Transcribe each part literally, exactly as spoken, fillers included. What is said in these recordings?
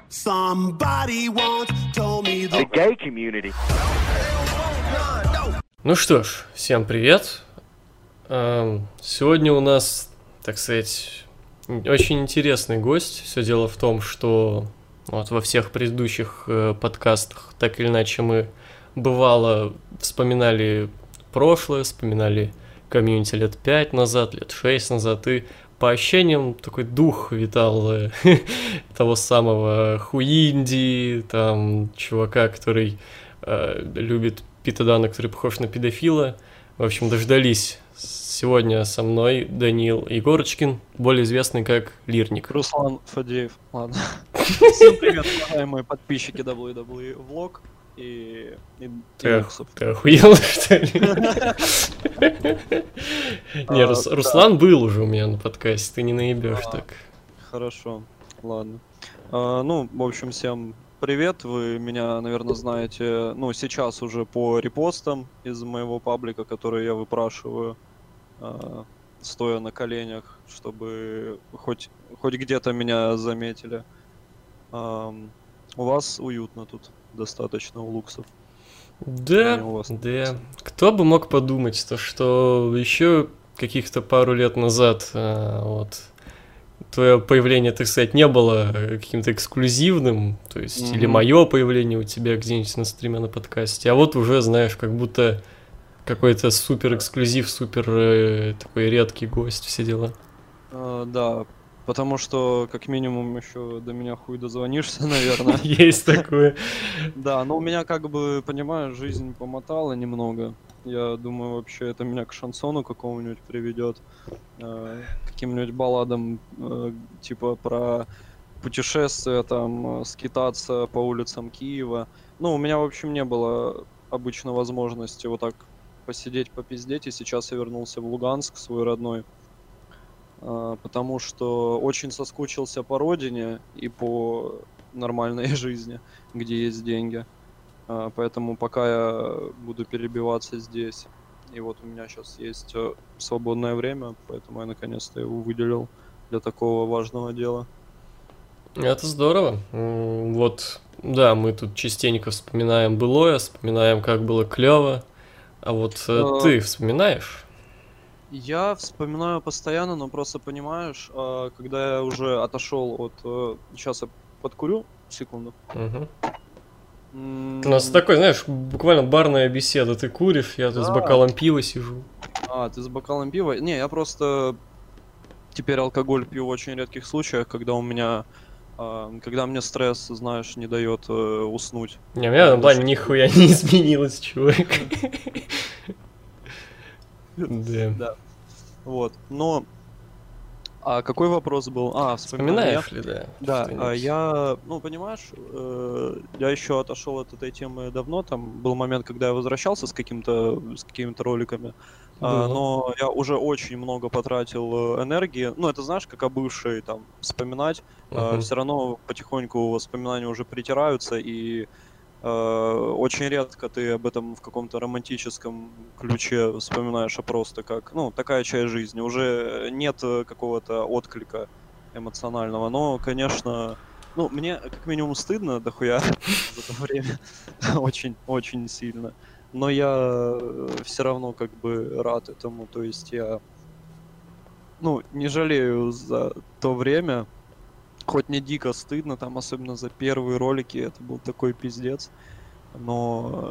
Somebody once told me the gay community. Ну что ж, всем привет. Сегодня у нас, так сказать, очень интересный гость. Все дело в том, что вот во всех предыдущих подкастах так или иначе мы бывало вспоминали прошлое, вспоминали комьюнити лет пять назад, лет шесть назад, и по ощущениям такой дух витал э, того самого Хуинди, там, чувака, который э, любит Пита Дана, который похож на педофила. В общем, дождались. Сегодня со мной Даниил Егорочкин, более известный как Лирник. Руслан Фадеев, ладно. Всем привет, уважаемые подписчики дабл ю дабл ю и Влог и... и ты, ты охуел, что ли? Не, Руслан был уже у меня на подкасте, ты не наебешь так. Хорошо, ладно. Ну, в общем, всем привет, вы меня, наверное, знаете, ну, сейчас уже по репостам из моего паблика, который я выпрашиваю, стоя на коленях, чтобы хоть, хоть где-то меня заметили. У вас уютно тут достаточно, у луксов. Да, да. Кто бы мог подумать, то, что еще каких-то пару лет назад вот твое появление, так сказать, не было каким-то эксклюзивным, то есть mm-hmm. или мое появление у тебя где-нибудь на стриме, на подкасте, а вот уже, знаешь, как будто какой-то супер эксклюзив, супер э, такой редкий гость, все дела. Uh, да, потому что как минимум еще до меня хуй дозвонишься, наверное. Есть такое. Да, но у меня, как бы, понимаешь, жизнь помотала немного. Я думаю, вообще это меня к шансону какому-нибудь приведет, э, каким-нибудь балладам, э, типа про путешествия, там, скитаться по улицам Киева. Ну, у меня, в общем, не было обычно возможности вот так посидеть, попиздеть, и сейчас я вернулся в Луганск, свой родной, э, потому что очень соскучился по родине и по нормальной жизни, где есть деньги. Поэтому пока я буду перебиваться здесь, и вот у меня сейчас есть свободное время, поэтому я наконец-то его выделил для такого важного дела. Это здорово. Вот, да, мы тут частенько вспоминаем былое, вспоминаем, как было клево. А вот а... ты вспоминаешь? Я вспоминаю постоянно, но просто понимаешь, когда я уже отошел от... Сейчас я подкурю, секунду. Угу. У нас такой, знаешь, буквально барная беседа. Ты куришь, я тут да. с бокалом пива сижу. А, ты с бокалом пива? Не, я просто теперь алкоголь пью в очень редких случаях, когда у меня, э, когда мне стресс, знаешь, не дает э, уснуть. Не, у меня в плане нихуя не изменилось, чувак. Да. Вот, но... А какой вопрос был? А, вспоминаешь ли, да? Да, а я, ну, понимаешь, э, я еще отошел от этой темы давно, там был момент, когда я возвращался с каким-то, с какими-то роликами, а, но я уже очень много потратил энергии, ну, это знаешь, как бывший, там, вспоминать, uh-huh. а, все равно потихоньку воспоминания уже притираются, и Uh, очень редко ты об этом в каком-то романтическом ключе вспоминаешь, а просто как, ну, такая часть жизни. Уже нет какого-то отклика эмоционального, но, конечно, ну, мне как минимум стыдно дохуя за это время, очень-очень сильно, но я все равно как бы рад этому, то есть я, ну, не жалею за то время. Хоть мне дико стыдно, там, особенно за первые ролики, это был такой пиздец, но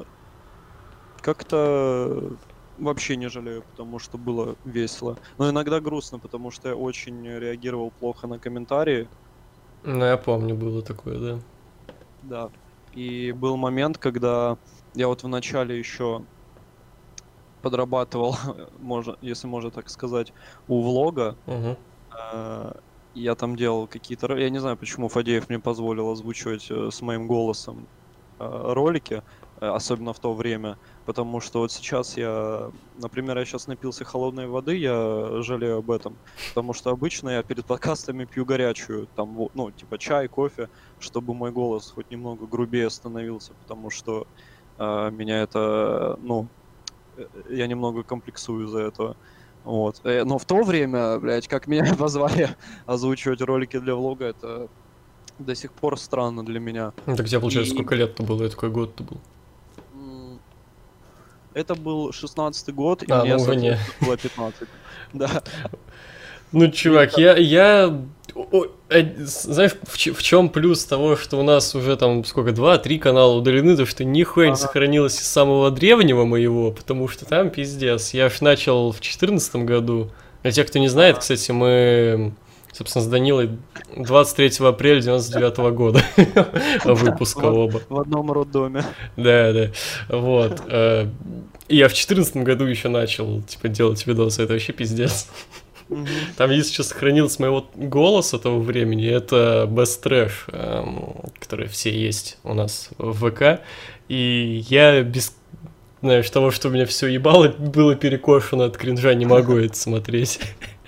как-то вообще не жалею, потому что было весело. Но иногда грустно, потому что я очень реагировал плохо на комментарии. Ну, я помню, было такое, да. Да, и был момент, когда я вот в начале еще подрабатывал, можно, если можно так сказать, у влога. Угу. Я там делал какие-то... Я не знаю, почему Фадеев мне позволил озвучивать э, с моим голосом э, ролики, э, особенно в то время, потому что вот сейчас я... Например, я сейчас напился холодной воды, я жалею об этом, потому что обычно я перед подкастами пью горячую, там, ну, типа чай, кофе, чтобы мой голос хоть немного грубее становился, потому что э, меня это... Ну, я немного комплексую из-за этого. Вот. Но в то время, блядь, как меня позвали озвучивать ролики для влога, это до сих пор странно для меня. Ну, так тебе, получается, И сколько лет-то было, и какой год-то был? м, это был шестнадцатый год, и А, ну мне, уже не. соответственно, было пятнадцать. Да. Ну, чувак, я, я, о- э, знаешь, в, ч- в чем плюс того, что у нас уже там сколько, два-три канала удалены, то что нихуя не Ага. сохранилось из самого древнего моего, потому что там пиздец. Я ж начал в четырнадцатом году. Для тех, кто не знает, Ага. кстати, мы, собственно, с Данилой двадцать третьего апреля девяносто девятого года выпуска В, оба. в одном роддоме. Да, да. Вот. э, И я в четырнадцатом году еще начал, типа, делать видосы. Это вообще пиздец. Мгм. Там есть что сохранилось с моего голоса того времени, это Best Trash, эм, которые все есть у нас в ВК, и я без, знаешь, того, что у меня все ебало, было перекошено от кринжа, не могу это смотреть.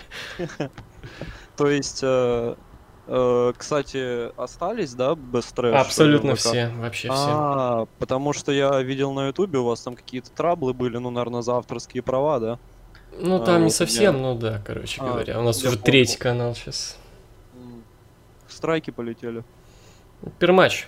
То есть, э, э, кстати, остались, да, Best Trash, э, Абсолютно в ВК? все, вообще все. А, потому что я видел на Ютубе, у вас там какие-то траблы были, ну, наверное, за авторские права, да? Ну, А, там не вот у совсем, меня... ну да, короче А, говоря. У нас я уже понял. третий канал сейчас. М, Страйки полетели. Пермач.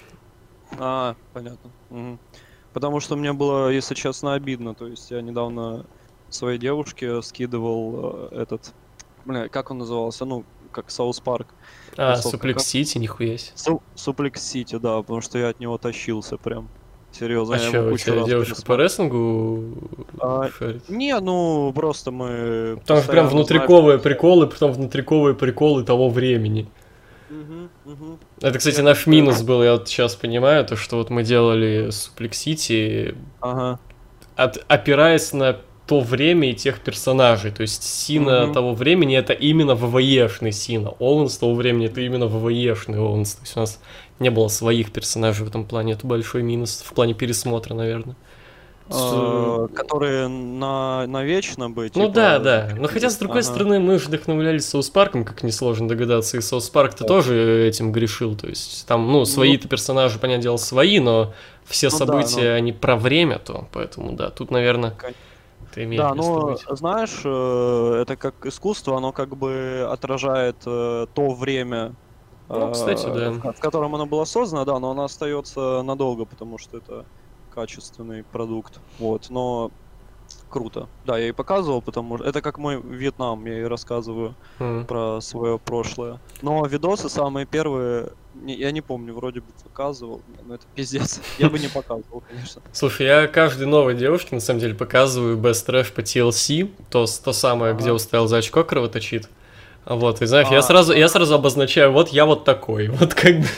А, понятно. Мгм. Потому что мне было, если честно, обидно. То есть я недавно своей девушке скидывал э, этот... Бля, как он назывался? Ну, как Саус Парк. А, Концовка. Суплекс Как? Сити, нихуя себе. Су- Суплекс Сити, да, потому что я от него тащился прям. Серьезно, А я что, его у кучу тебя раз девушка по пересмотрел. рестлингу А, шарит? не, ну, просто мы Там же прям постоянно, знаешь, внутриковые приколы, потом внутриковые приколы того времени. Мгм, мгм. Это, кстати, Я наш как-то- минус был, я вот сейчас понимаю, то, что вот мы делали Suplex City, Ага. от, опираясь на то время и тех персонажей. То есть Сина Мгм. того времени это именно ВВЕшный Сина. Оуэнс того времени это именно ВВЕшный Оуэнс. То есть у нас не было своих персонажей в этом плане. Это большой минус в плане пересмотра, наверное. С- А, которые на, навечно бы, Ну типа... да, да. Но хотя, с другой Ага. стороны, мы же вдохновлялись Соус Парком, как несложно догадаться, и Соус Парк-то Да. тоже этим грешил. То есть там, ну, свои-то персонажи, понятное дело, свои, но все Ну да, события, ну. они про время, то поэтому, да, тут, наверное, Кон- это имеет Да, место но быть. знаешь, э, это как искусство, оно как бы отражает э, то время, Ну, кстати, э, да. в ко- в котором оно было создано, да, но оно остается надолго, потому что это качественный продукт. Вот, но круто. Да, я и показывал, потому что это как мой Вьетнам, я и рассказываю М. про свое прошлое. Но видосы самые первые, не- я не помню, вроде бы показывал, но это пиздец. Я бы не показывал, конечно. Слушай, я каждой новой девушке, на самом деле, показываю Best Trash по ти эл си, то, с- то самое, где Ага. устоял за очко кровоточит. А Вот, и знаешь, я А. сразу, я сразу обозначаю, вот я вот такой, вот как бы.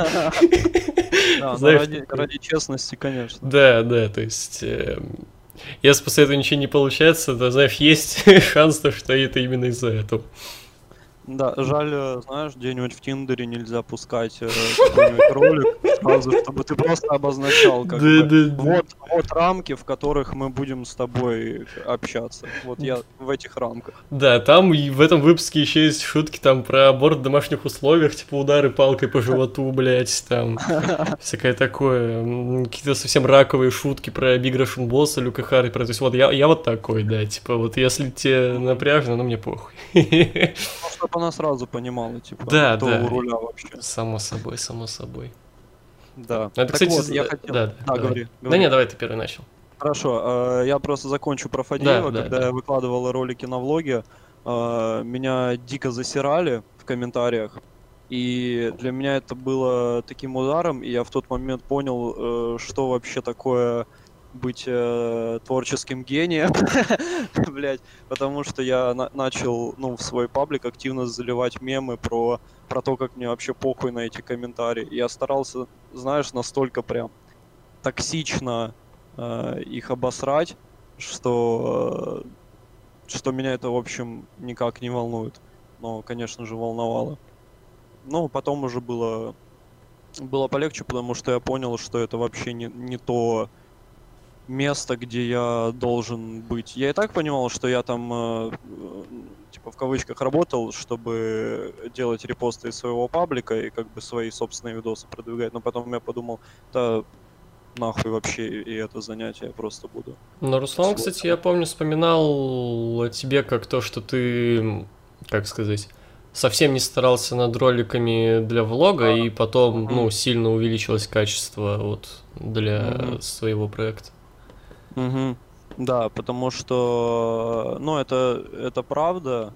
Да, ну, Знаешь, ради, такое. ради честности, конечно. Да, да, то есть, эм, если после этого ничего не получается, то, знаешь, есть шанс, то, что это именно из-за этого. Да, жаль, э, знаешь, где-нибудь в Тиндере нельзя пускать э, какой-нибудь ролик сразу, чтобы ты просто обозначал, как Да, бы, да, да. вот, вот рамки, в которых мы будем с тобой общаться. Вот я в этих рамках. Да, там и в этом выпуске еще есть шутки там про аборт в домашних условиях, типа удары палкой по животу, блять, там всякое такое. М, Какие-то совсем раковые шутки про Биг Рашн Босса, Люка Харри. про- То есть вот я, я вот такой, да, типа вот если тебе напряжно, ну мне похуй. Ну, чтобы она сразу понимала, типа, Да, кто да. у руля вообще. Само собой, само собой. Да. Это, Так кстати, вот, з- я да, хотел... да, Да, давай. говори, Да говори. не, давай ты первый начал. Хорошо, э, я просто закончу про Фадеева. Да, да, Когда да. я выкладывал ролики на влоге, э, меня дико засирали в комментариях. И для меня это было таким ударом, и я в тот момент понял, э, что вообще такое быть э, творческим гением, блять, потому что я на- начал, ну, в свой паблик активно заливать мемы про, про то, как мне вообще похуй на эти комментарии. Я старался, знаешь, настолько прям токсично э, их обосрать, что, э, что меня это, в общем, никак не волнует. Но, конечно же, волновало. Ну, потом уже было, было полегче, потому что я понял, что это вообще не, не то место, где я должен быть. Я и так понимал, что я там, э, э, типа, в кавычках работал, чтобы делать репосты из своего паблика и как бы свои собственные видосы продвигать. Но потом я подумал, да нахуй вообще и это занятие просто буду. Но Руслан, кстати, я помню, вспоминал о тебе как то, что ты, м, как сказать, совсем не старался над роликами для влога, и потом, Мгм. ну, сильно увеличилось качество вот для Мгм. своего проекта. Мгм. Да, потому что, ну, это, это правда,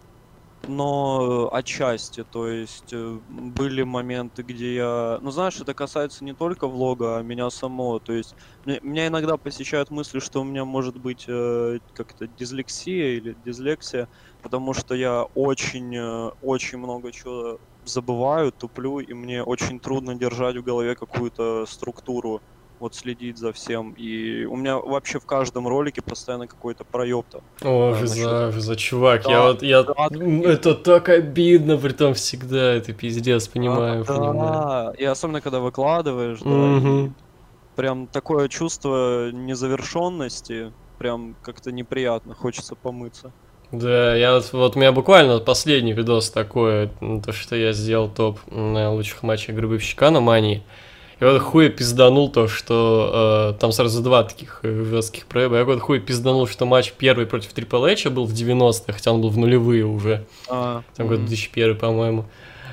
но э, отчасти, то есть э, были моменты, где я, ну знаешь, это касается не только влога, а меня самого, то есть мне- меня иногда посещают мысли, что у меня может быть э, как-то дислексия или дислексия, потому что я очень, э, очень много чего забываю, туплю, и мне очень трудно держать в голове какую-то структуру, вот следить за всем, и у меня вообще в каждом ролике постоянно какой-то проеб там О, э, насчет... жиза, жиза, чувак, я Да, вот, я, да, м, каких-то это так обидно, при том всегда, это пиздец, А, понимаю, понимаю. да, и особенно когда выкладываешь, да, и Мгм. прям такое чувство незавершенности, прям как-то неприятно, хочется помыться. Да, я вот, вот у меня буквально последний видос такой, м, то, что я сделал топ м, лучших матчей Гробовщика на Мании. И вот Мгм. хуй пизданул то, что э, там сразу два таких э, жестких проеба. Я вот хуй пизданул, что матч первый против Трипл Эйча был в девяностых, хотя он был в нулевые уже. А, Там год мгм. две тысячи первый, по-моему.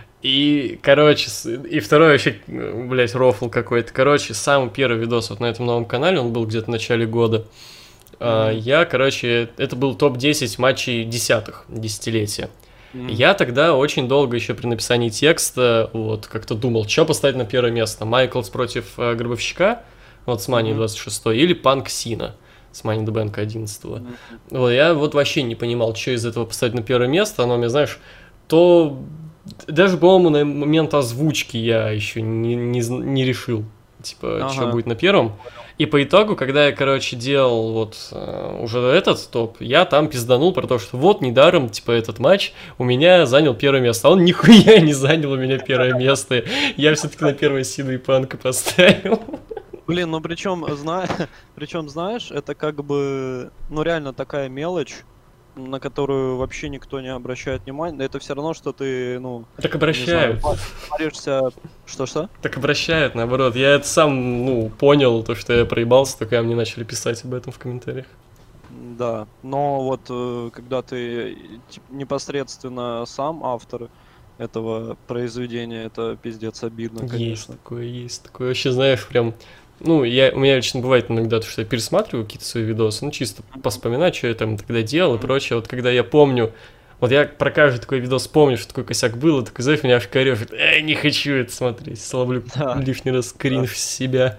И, короче, с- и второй вообще, э, блядь, рофл какой-то. Короче, самый первый видос вот на этом новом канале, он был где-то в начале года. А, Мгм. Я, короче, это был топ десять матчей десятых десятилетия. Мгм. Я тогда очень долго еще при написании текста вот как-то думал, что поставить на первое место. Майклс против э, Гробовщика, вот с Мани Мгм. двадцать шестой, или Панк Сина с Мани д Бэнка одиннадцатого. Мгм. Вот, я вот вообще не понимал, что из этого поставить на первое место. Оно мне, знаешь, то даже, по-моему, на момент озвучки я еще не, не, зн- не решил, типа, что Ага. будет на первом. И по итогу, когда я, короче, делал вот э, уже этот топ, я там пизданул про то, что вот недаром, типа, этот матч у меня занял первое место. А он нихуя не занял у меня первое место. Я все-таки на первое Сина и Панка поставил. Блин, ну причем, зна... причем, знаешь, это как бы, ну реально такая мелочь, на которую вообще никто не обращает внимания. Это все равно, что ты, ну, Так не знаю, обращают. па- паришься... Что-что? Так обращают, наоборот. Я это сам, ну, понял, то, что я проебался, только мне начали писать об этом в комментариях. Да, но вот э, когда ты э, тип- непосредственно сам автор этого произведения, это пиздец обидно, Есть конечно. такое, есть такое. Вообще, знаешь, прям... Ну, я, у меня лично бывает иногда то, что я пересматриваю какие-то свои видосы, ну, чисто Мгм. поспоминать, что я там тогда делал и Мгм. прочее. Вот когда я помню, вот я про каждый такой видос помню, что такой косяк был, и такой, знаешь, меня аж корёжит. Эй, не хочу это смотреть, словлю Да, лишний раз да. кринж с себя.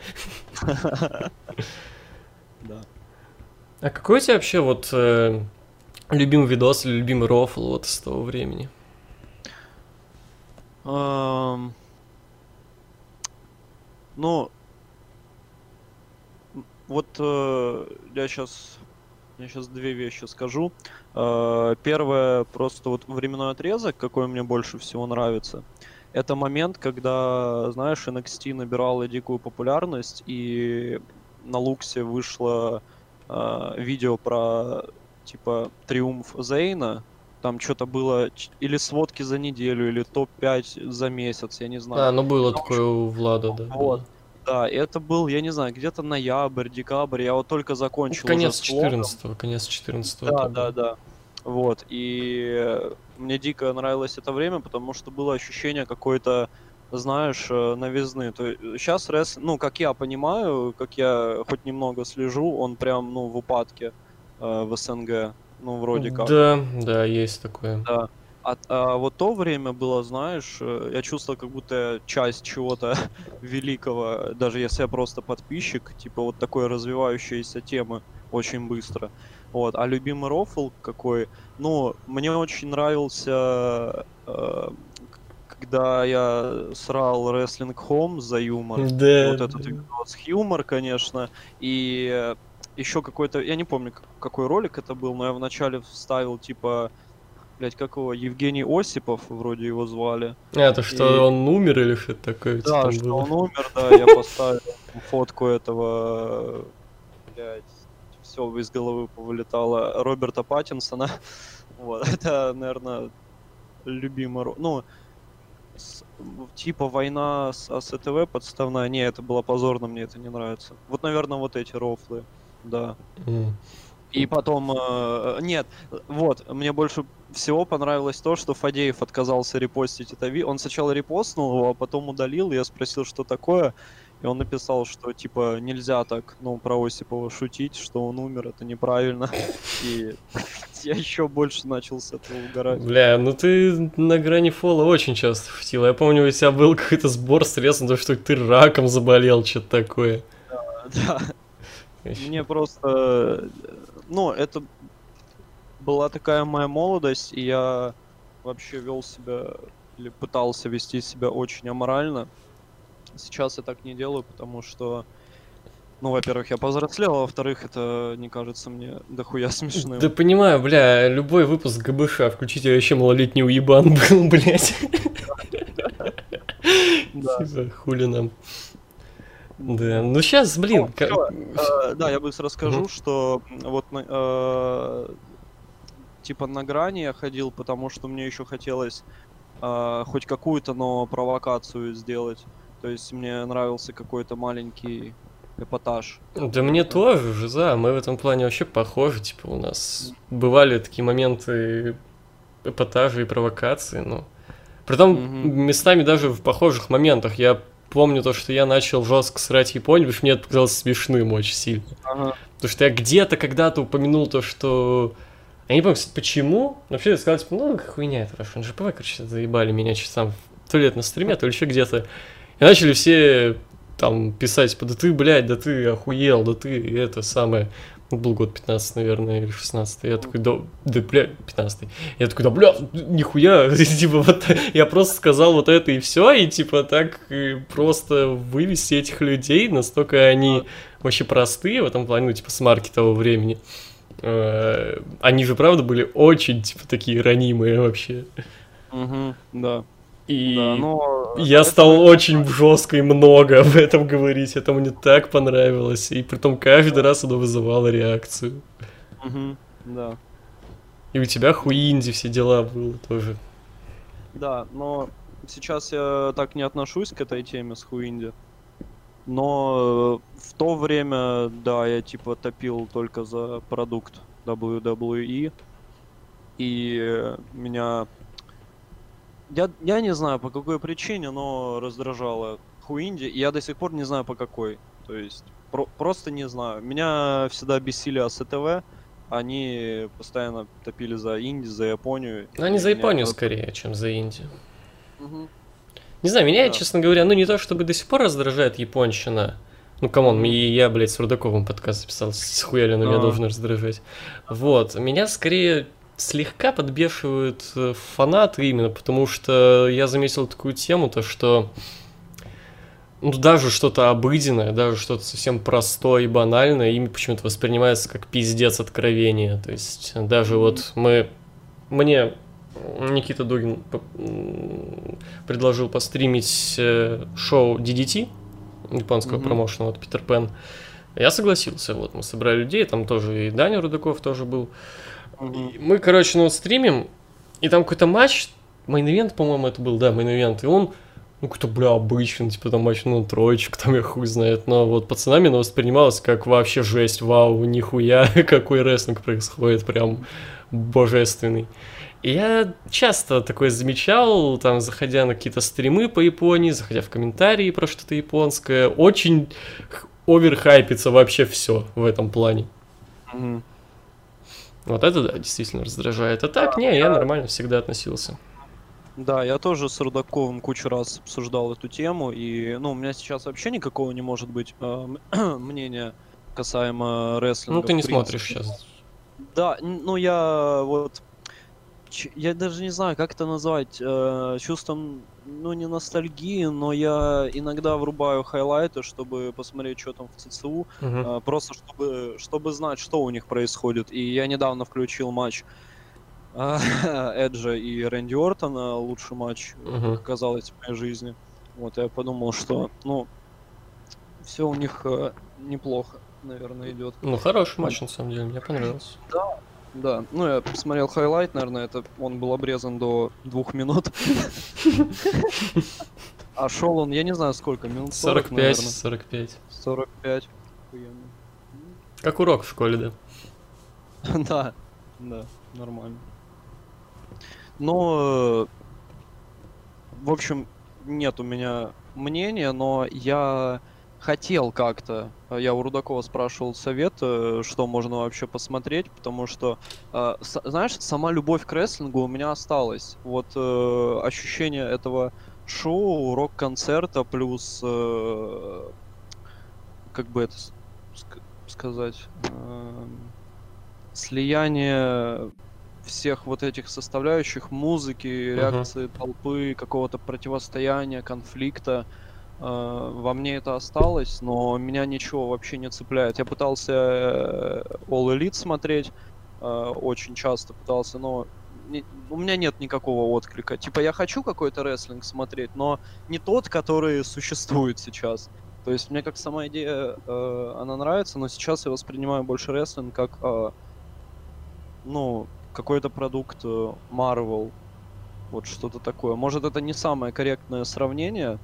Да. А какой у тебя вообще вот э, любимый видос или любимый рофл вот с того времени? Ам, Ну, м, вот э, я сейчас я сейчас две вещи скажу. Э, Первое, просто вот временной отрезок, какой мне больше всего нравится. Это момент, когда, знаешь, эн экс ти набирала дикую популярность, и на Луксе вышло а, видео про, типа, триумф Зейна. Там что-то было, ч- или сводки за неделю, или топ пять за месяц, я не знаю. А, ну И было там, в такое общем, у Влада, да, вот, было. да, и это был, я не знаю, где-то ноябрь, декабрь, я вот только Ну, закончил уже конец с влогом. четырнадцатого, конец четырнадцатого это Да, да, было. да. Вот, и э, мне дико нравилось это время, потому что было ощущение какой-то, знаешь, э, новизны. То сейчас рес, ну, как я понимаю, как я хоть немного слежу, он прям, ну, в упадке э, в эс эн гэ, ну, вроде как. Да, да, есть такое. Да. А, а вот то время было, знаешь, э, я чувствовал, как будто я часть чего-то великого, даже если я просто подписчик, типа вот такой развивающейся темы очень быстро. Вот. А любимый рофл какой? Ну, мне очень нравился, э, к- когда я срал Wrestling Home за юмор. Да, Вот этот да. видос. Юмор, конечно. И еще какой-то, я не помню, как- какой ролик это был, но я вначале вставил, типа, блядь, как его, Евгений Осипов, вроде его звали. А, то, что И он умер или что-то такое у тебя да, там что было? он умер, да, я поставил фотку этого, блядь, все из головы повылетало, Роберта Паттинсона. Вот, это, наверное, любимый, ро- ну, с- в- типа война с а эс тэ вэ подставная. Не, это было позорно, мне это не нравится. Вот, наверное, вот эти рофлы, да. М. И потом, э, нет, вот, мне больше всего понравилось то, что Фадеев отказался репостить это видео. Он сначала репостнул его, а потом удалил. Я спросил, что такое, и он написал, что, типа, нельзя так, ну, про Осипова шутить, что он умер, это неправильно. И я еще больше начал с этого угорать. Бля, ну ты на грани фола очень часто шутил. Я помню, у тебя был какой-то сбор средств на то, что ты раком заболел, что-то такое. Да. Мне просто, ну, это была такая моя молодость, и я вообще вел себя, или пытался вести себя очень аморально. Сейчас я так не делаю, потому что, ну, во-первых, я повзрослел, а во-вторых, это не кажется мне дохуя смешным. Да понимаю, бля, любой выпуск ГБШ, включите вообще малолетний уебан был, блядь. Типа, хули нам. Да, ну сейчас, блин. О, всё, э, да, я быстро расскажу, что вот э, типа на грани я ходил, потому что мне еще хотелось э, хоть какую-то, но провокацию сделать. То есть мне нравился какой-то маленький эпатаж. Да мне тоже, Жиза, мы в этом плане вообще похожи, типа у нас бывали такие моменты эпатажа и провокации, ну. Притом Мгм. местами даже в похожих моментах. Я помню то, что я начал жестко срать Японию, потому что мне это показалось смешным очень сильно. Ага. Потому что я где-то когда-то упомянул то, что... Я не помню, кстати, почему. Но вообще я сказал, типа, ну, хуйня это, хорошо. эн жэ пэ вэ, короче, заебали меня что-то там то ли это на стриме, то ли еще где-то. И начали все там писать, типа, да ты, блядь, да ты охуел, да ты это самое... Ну, был год пятнадцатый, наверное, или шестнадцатый. Я такой, да, да, бля, пятнадцатый. Я такой, да, бля, нихуя. Типа, вот я просто сказал вот это и все, и типа так и просто вывести этих людей, настолько они вообще простые в этом плане, ну, типа, смарки того времени. Э, Они же, правда, были очень, типа, такие ранимые вообще. Мгм, да. И Да, но я это- стал очень жестко и много об этом говорить. Это мне так понравилось. И притом каждый раз оно вызывало реакцию. Мгм, да. И у тебя хуинди все дела было тоже. Да, но сейчас я так не отношусь к этой теме с Хуинди. Но э, в то время, да, я типа топил только за продукт дабл ю дабл ю и. И э, меня... Я, я не знаю по какой причине, но раздражало Хуинди. И я до сих пор не знаю по какой. То есть про- просто не знаю. Меня всегда бесили эй эс тэ вэ. Они постоянно топили за Инди, за Японию. Ну, они И за меня Японию просто- скорее, чем за Индию. Мгм. Не знаю, меня, Да. честно говоря, ну не то чтобы до сих пор раздражает японщина. Ну, камон, Мгм. и я, блядь, с Рудаковым подкаст записал, с хуяли она меня А. должна раздражать. Вот, меня скорее слегка подбешивают э, фанаты именно, потому что я заметил такую тему, то что ну, даже что-то обыденное, даже что-то совсем простое и банальное, ими почему-то воспринимается как пиздец откровения. То есть даже вот мы... Мне Никита Дугин п- м, предложил постримить э, шоу ди ди ти, японского Мгм. промоушена от Питер Пен. Я согласился, вот, мы собрали людей, там тоже и Даня Рудаков тоже был. Мгм. И мы, короче, ну вот стримим, и там какой-то матч, мейн-ивент, по-моему, это был, да, мейн-ивент, и он, ну, какой-то, бля, обычный, типа, там матч, ну, троечек, там, я хуй знает, но вот пацанами оно воспринималось как вообще жесть, вау, нихуя, какой рестлинг происходит, прям божественный. И я часто такое замечал, там, заходя на какие-то стримы по Японии, заходя в комментарии про что-то японское, очень х- оверхайпится вообще все в этом плане. Мгм. Вот это, да, действительно раздражает. А так, не, я нормально всегда относился. Да, я тоже с Рудаковым кучу раз обсуждал эту тему, и, ну, у меня сейчас вообще никакого не может быть э, м- мнения касаемо рестлинга. Ну, ты в не принципе. смотришь сейчас. Да, н- ну я вот, ч- я даже не знаю, как это назвать, э, чувством, ну, не ностальгии, но я иногда врубаю хайлайты, чтобы посмотреть, что там в цэ цэ у, Мгм. э, просто чтобы, чтобы знать, что у них происходит. И я недавно включил матч а, Эджа и Рэнди Ортона, лучший матч, э, Мгм. как оказалось, в моей жизни. Вот, я подумал, что, ну, все у них э, неплохо, наверное, идет. Ну, хороший матч, на самом деле, мне понравился. Да, ну я посмотрел хайлайт, наверное, это он был обрезан до двух минут. А шел он, я не знаю сколько, минут сорок, сорок пять, наверное. сорок пять. сорок пять. Охуенно. Как урок в школе, да. Да, да, нормально. Но, в общем, нет у меня мнения, но я хотел как-то. э, Я у Рудакова спрашивал совет, э, что можно вообще посмотреть, потому что, э, с- знаешь, сама любовь к рестлингу у меня осталась. Вот э, ощущение этого шоу, рок-концерта плюс, э, как бы это с- ск- сказать, эм, слияние всех вот этих составляющих музыки, Мгм. реакции толпы, какого-то противостояния, конфликта. э, Во мне это осталось, но меня ничего вообще не цепляет. Я пытался э, All Elite смотреть, э, очень часто пытался, но не- у меня нет никакого отклика. Типа я хочу какой-то рестлинг смотреть, но не тот, который существует сейчас. То есть мне как сама идея, э, она нравится, но сейчас я воспринимаю больше рестлинг как, э, ну, какой-то продукт э, Marvel, вот что-то такое. Может, это не самое корректное сравнение,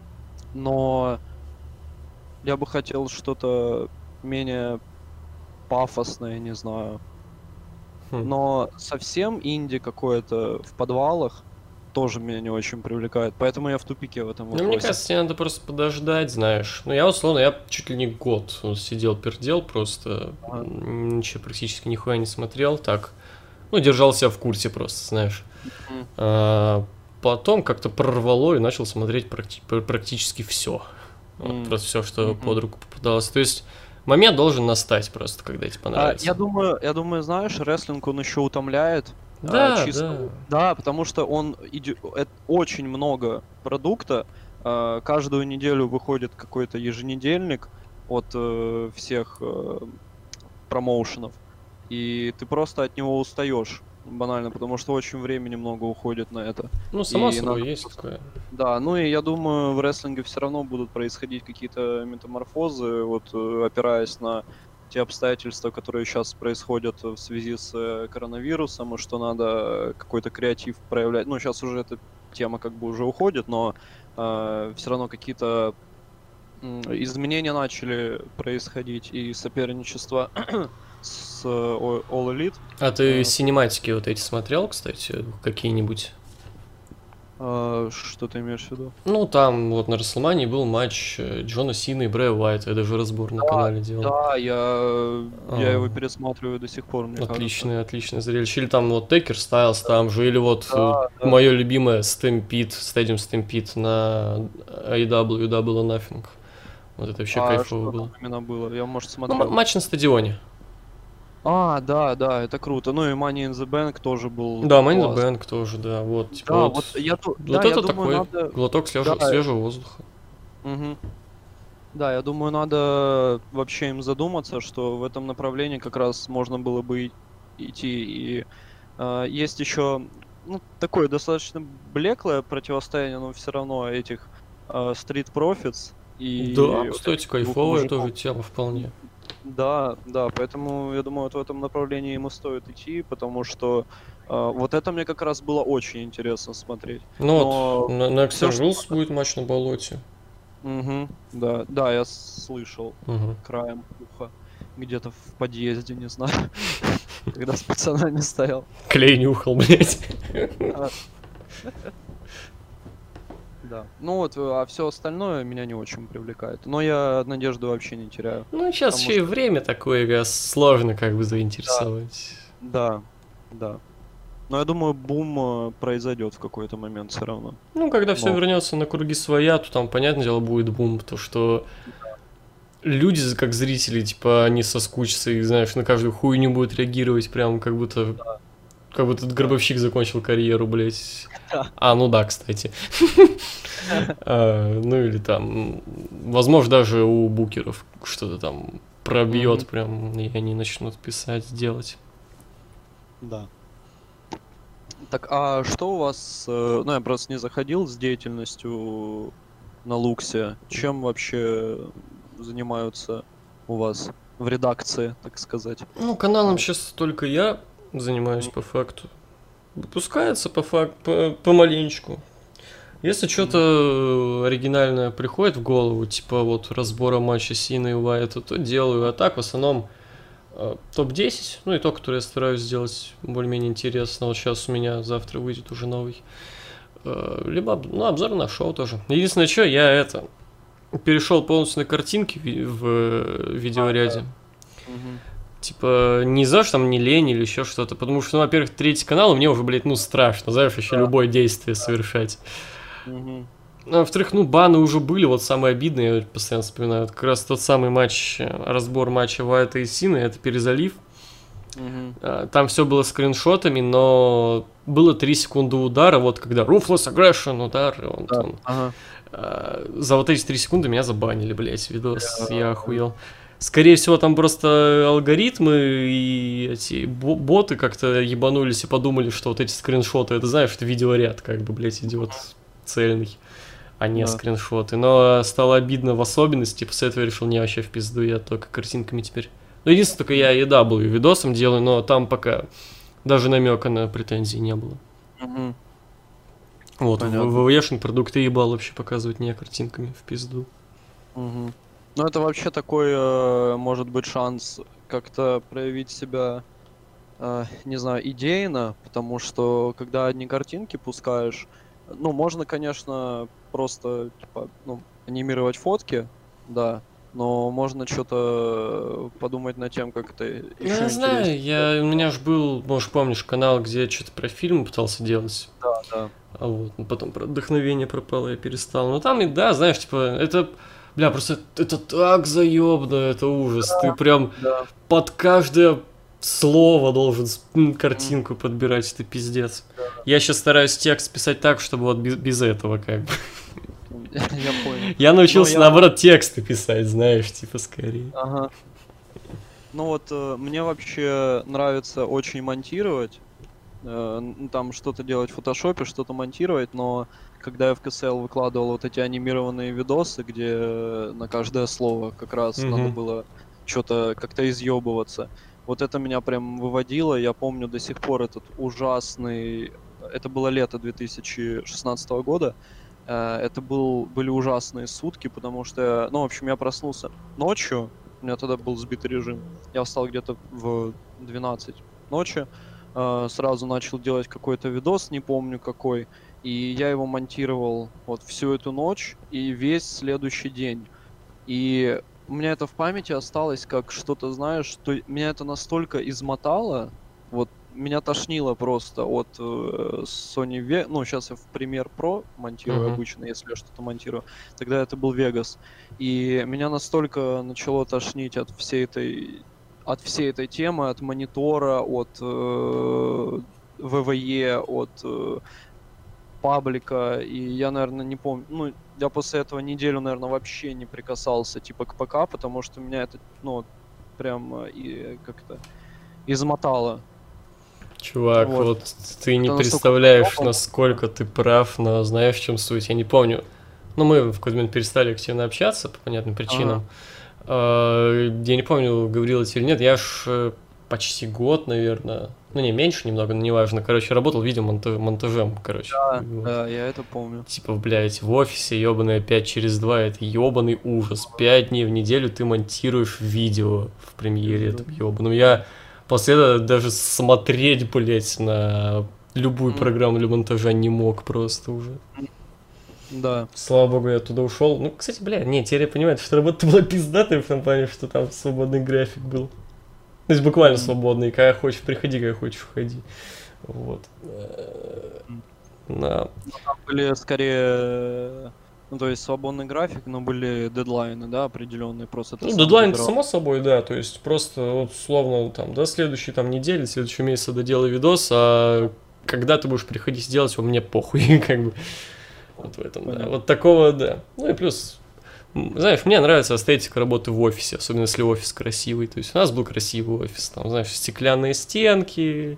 но я бы хотел что-то менее пафосное, не знаю. Хм. Но совсем инди какое-то в подвалах тоже меня не очень привлекает, поэтому я в тупике в этом Ну, мне вопросе. кажется, тебе надо просто подождать, знаешь. Ну, я, условно, я чуть ли не год сидел, пердел просто, Ага. м, ничего практически нихуя не смотрел, так, ну, держал себя в курсе просто, знаешь. М, А потом как-то прорвало и начал смотреть практи- пр- практически все. Вот, м, просто все, что мгм. под руку попадалось. То есть момент должен настать просто, когда тебе А, я понравится. думаю, я думаю, знаешь, рестлинг он еще утомляет. а, Да, чисто, да. да, потому что он идё- эт- очень много продукта. а, каждую неделю выходит какой-то еженедельник от э, всех э, промоушенов, и ты просто от него устаешь банально, потому что очень времени много уходит на это. Ну, само И собой, надо есть просто... такое. Да, ну и я думаю, в рестлинге все равно будут происходить какие-то метаморфозы, вот э, опираясь на те обстоятельства, которые сейчас происходят в связи с э, коронавирусом, и что надо какой-то креатив проявлять. Ну, сейчас уже эта тема как бы уже уходит, но все равно какие-то м, изменения начали происходить, и соперничество с э, All Elite. А ты э, синематики вот эти смотрел, кстати, какие-нибудь? а, Что ты имеешь в виду? Ну, там вот на Расселмании был матч э, Джона Сины и Брэя Уайта. Я даже разбор на канале делал. Да, я, я А, его пересматриваю до сих пор, мне кажется. Отличное, отличное зрелище. Или там вот Текер Стайлз там же, или вот Да, да. мое любимое Stampede, Stadium Stampede на эй дабл ю Double or Nothing. Вот это вообще А кайфово что там было. именно было? Я, может, Ну, м- смотрел. матч на стадионе. А, да, да, это круто. Ну и Money in the Bank тоже был Да, Money in the класс. Bank тоже, да. Вот, типа Да, вот, вот я, ду- да, вот я это думаю, такой надо... глоток Да, свежего, свежего воздуха. мгм. Да, я думаю, надо вообще им задуматься, что в этом направлении как раз можно было бы и- идти. И а, есть еще, ну, такое достаточно блеклое противостояние, но все равно этих а, Street Profits Да, и вот кстати, этих двух кайфовая мужиков. тоже тема вполне. Да, да, поэтому я думаю, вот в этом направлении ему стоит идти, потому что а, вот это мне как раз было очень интересно смотреть. Ну вот, Но на, на все, Extreme что... Rules будет матч на болоте. Мгм, да, да, я слышал Мгм. краем уха где-то в подъезде, не знаю, когда с пацанами стоял. Клей нюхал, блядь. А, Да. Ну вот, э, а все остальное меня не очень привлекает. Но я надежду вообще не теряю. Ну, сейчас Потому еще и что, время такое, раз сложно как бы да, заинтересовать. да, да. Но я думаю, бум э, произойдет в какой-то момент все равно. Ну, когда все Но вернется на круги своя, то там, понятное дело, будет бум, то что люди, з- как зрители, типа, они соскучатся и, знаешь, на каждую хуйню будут реагировать, прям как будто, как будто этот да. гробовщик закончил карьеру, блядь. Да. А, ну да, кстати. А, Ну или там, м, возможно, даже у букеров что-то там пробьет Мгм. прям, и они начнут писать, делать. Да. Так, а что у вас, э, ну я просто не заходил с деятельностью на Луксе. Чем вообще занимаются у вас в редакции, так сказать? Ну, каналом Вот. сейчас только я занимаюсь М, по факту. Выпускается по факту, помаленечку. Если мгм. что-то оригинальное приходит в голову, типа вот разбора матча Сина и Уайта, то делаю. А так в основном э, топ десять, ну и то, которое я стараюсь сделать более-менее интересно. Вот сейчас у меня завтра выйдет уже новый. Э, либо, ну, обзор на шоу тоже. Единственное, что я это... перешел полностью на картинки в, в видеоряде. Угу. Типа, не за что там не лень или еще что-то. Потому что, ну, во-первых, третий канал, мне уже, блядь, ну, страшно, знаешь, еще да. любое действие совершать. Угу. А во-вторых, ну, баны уже были, вот самое обидное, я постоянно вспоминаю, вот как раз тот самый матч, разбор матча Вайта и Сины, это перезалив. Угу. Там все было скриншотами, но было три секунды удара, вот когда Ruthless Aggression, удар, он да. там... Ага. За вот эти три секунды меня забанили, блядь, видос, yeah. я охуел. Скорее всего, там просто алгоритмы и эти боты как-то ебанулись и подумали, что вот эти скриншоты, это, знаешь, это видеоряд, как бы, блядь, идет цельный, а не yeah. скриншоты. Но стало обидно в особенности, после этого я решил, не, вообще в пизду, я только картинками теперь. Ну, единственное, только я и W видосом делаю, но там пока даже намека на претензии не было. Mm-hmm. Вот, в ВВЕшник продукты ебал вообще показывать не картинками в пизду. Угу. Ну это вообще такой, э, может быть, шанс как-то проявить себя, э, не знаю, идейно, потому что когда одни картинки пускаешь, ну можно, конечно, просто типа, ну, анимировать фотки, да, но можно что-то подумать над тем, как это еще ну, я знаю, я, у меня же был, может, помнишь, канал, где я что-то про фильмы пытался делать. Да, да. А вот, ну, потом про вдохновение пропало, я перестал. Ну там, и да, знаешь, типа, это, бля, просто это так заебно, это ужас. Да, ты прям да. под каждое слово должен картинку mm. подбирать, это пиздец. Да. Я сейчас стараюсь текст писать так, чтобы вот без, без этого как бы. Я понял. Я научился, я... наоборот, тексты писать, знаешь, типа, скорее. Ага. Ну вот, э, мне вообще нравится очень монтировать. Там что-то делать в фотошопе, что-то монтировать, но когда я в ка эс эл выкладывал вот эти анимированные видосы, где на каждое слово как раз mm-hmm. надо было что-то как-то изъебываться, вот это меня прям выводило. Я помню до сих пор этот ужасный... Это было лето две тысячи шестнадцатого года. Это был, были ужасные сутки, потому что... Ну, в общем, я проснулся ночью, у меня тогда был сбитый режим. Я встал где-то в двенадцать ночи. Сразу начал делать какой-то видос, не помню какой, и я его монтировал вот всю эту ночь и весь следующий день. И у меня это в памяти осталось как что-то, знаешь, что меня это настолько измотало, вот меня тошнило просто от э, Sony Vegas, ну сейчас я в Premiere Pro монтирую uh-huh. обычно, если я что-то монтирую, тогда это был Vegas, и меня настолько начало тошнить от всей этой от всей этой темы, от монитора, от э, ВВЕ, от э, паблика, и я, наверное, не помню, ну, я после этого неделю, наверное, вообще не прикасался, типа, к ПК, потому что меня это, ну, прям, и, как-то, измотало. Чувак, вот, вот ты не это представляешь, насколько ты прав, но знаешь, в чем суть, я не помню. Ну, мы в какой-то момент перестали активно общаться по понятным причинам. Ага. Я не помню, говорил тебе или нет, я ж почти год, наверное, ну не, меньше немного, но неважно, короче, работал видеомонтажем, короче. Да, вот. Да, я это помню. Типа, блядь, в офисе ебаное пять через два, это ебаный ужас. пять дней в неделю ты монтируешь видео в премьере этом ебаном. Я после этого даже смотреть, блядь, на любую mm. программу для монтажа не мог просто уже. Да. Слава богу, я туда ушел. Ну, кстати, бля, не, теперь я понимаю, что работа была пиздатая в том плане, что там свободный график был. То есть буквально mm-hmm. свободный. Когда хочешь, приходи, когда хочешь, уходи. Вот. Mm-hmm. Да. Ну, там были скорее... Ну, то есть свободный график, но были дедлайны, да, определенные просто. Ну, дедлайн, само собой, да. То есть просто, вот, условно, там, до следующей там недели, следующего месяца доделай видос, а когда ты будешь приходить сделать, его мне похуй, как бы. Вот в этом, да. Вот такого, да. Ну и плюс, знаешь, мне нравится эстетика работы в офисе, особенно если офис красивый. То есть у нас был красивый офис, там, знаешь, стеклянные стенки,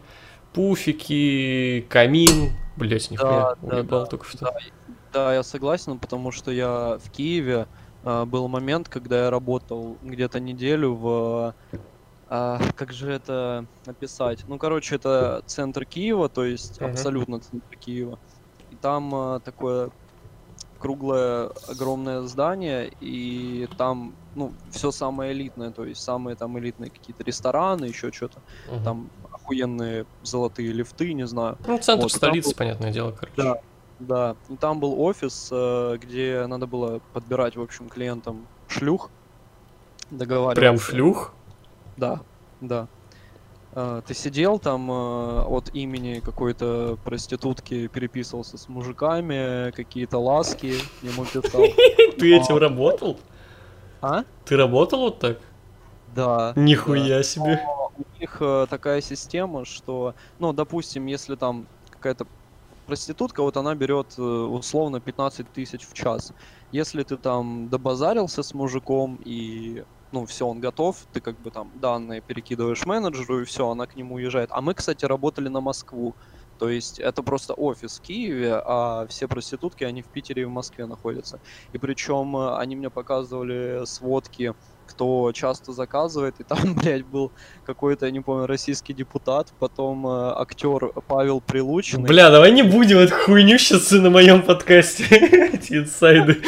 пуфики, камин. Блять, нихуя, да, уебал да, только что. Да, да, я согласен, потому что я в Киеве, а, был момент, когда я работал где-то неделю в... А, как же это описать? Ну, короче, это центр Киева, то есть uh-huh. абсолютно центр Киева. И там а, такое круглое огромное здание, и там, ну, все самое элитное, то есть самые там элитные какие-то рестораны, еще что-то, Мгм. там охуенные золотые лифты, не знаю. Ну, центр Вот, и там столицы, был- понятное дело, короче. Да, да, и там был офис, э, где надо было подбирать, в общем, клиентам шлюх, договариваться. Прям шлюх? Да, да. А, Ты сидел там э, от имени какой-то проститутки, переписывался с мужиками, какие-то ласки ему писал. Ты этим работал? А? Ты работал вот так? Да. Нихуя себе. Но у них э, такая система, что, ну, допустим, если там какая-то проститутка, вот она берет э, условно пятнадцать тысяч в час. Если ты там добазарился с мужиком и, ну, все, он готов, ты как бы там данные перекидываешь менеджеру, и все, она к нему уезжает. А мы, кстати, работали на Москву. То есть это просто офис в Киеве, а все проститутки, они в Питере и в Москве находятся. И причем э, они мне показывали сводки, кто часто заказывает, и там, блядь, был какой-то, я не помню, российский депутат, потом э, актер Павел Прилучный. Бля, давай не будем эту хуйню сейчас на моем подкасте. Эти инсайды.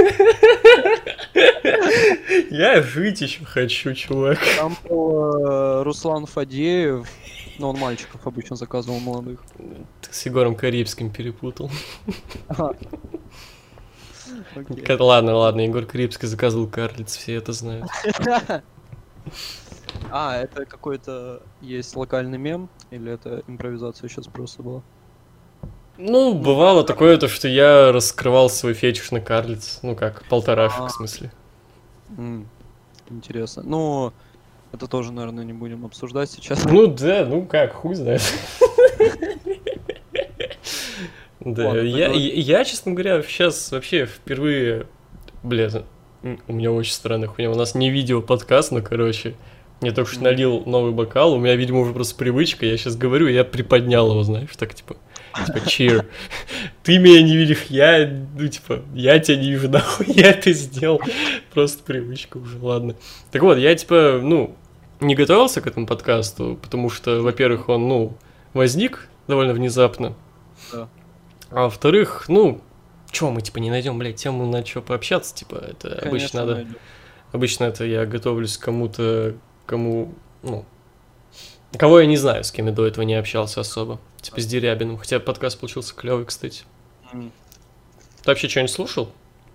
Я жить еще хочу, чувак. Там был э, Руслан Фадеев, но он мальчиков обычно заказывал, молодых. Ты с Егором Карибским перепутал. Окей. К- Ладно, ладно, Егор Карибский заказывал карлиц, все это знают. А, это какой-то есть локальный мем, или это импровизация сейчас просто была? Ну, бывало такое, то, что я раскрывал свой фетиш на карлиц. Ну как, полторашек, А. в смысле. М, Интересно. Ну, это тоже, наверное, не будем обсуждать сейчас. Ну да, ну как, хуй знает. Да, Ладно, я, тогда- я, я, честно говоря, сейчас вообще впервые, бля, м, у меня очень странная хуйня, у нас не видео-подкаст, но, короче, я только что Мгм. налил новый бокал, у меня, видимо, уже просто привычка, я сейчас говорю, я приподнял его, знаешь, так, типа, типа, cheer. Ты меня не видишь, я, ну, типа, я тебя не вижу, нахуй, я это сделал, просто привычка уже, ладно. Так вот, я, типа, ну, не готовился к этому подкасту, потому что, во-первых, он, ну, возник довольно внезапно, Да. а во-вторых, ну, чё, мы, типа, не найдем, блядь, тему, на чё пообщаться, типа, это обычно Конечно, надо, найдем. обычно это я готовлюсь к кому-то, кому, ну, кого я не знаю, с кем я до этого не общался особо, типа, с Дерябиным, хотя подкаст получился клевый, кстати. М. Ты вообще что-нибудь слушал?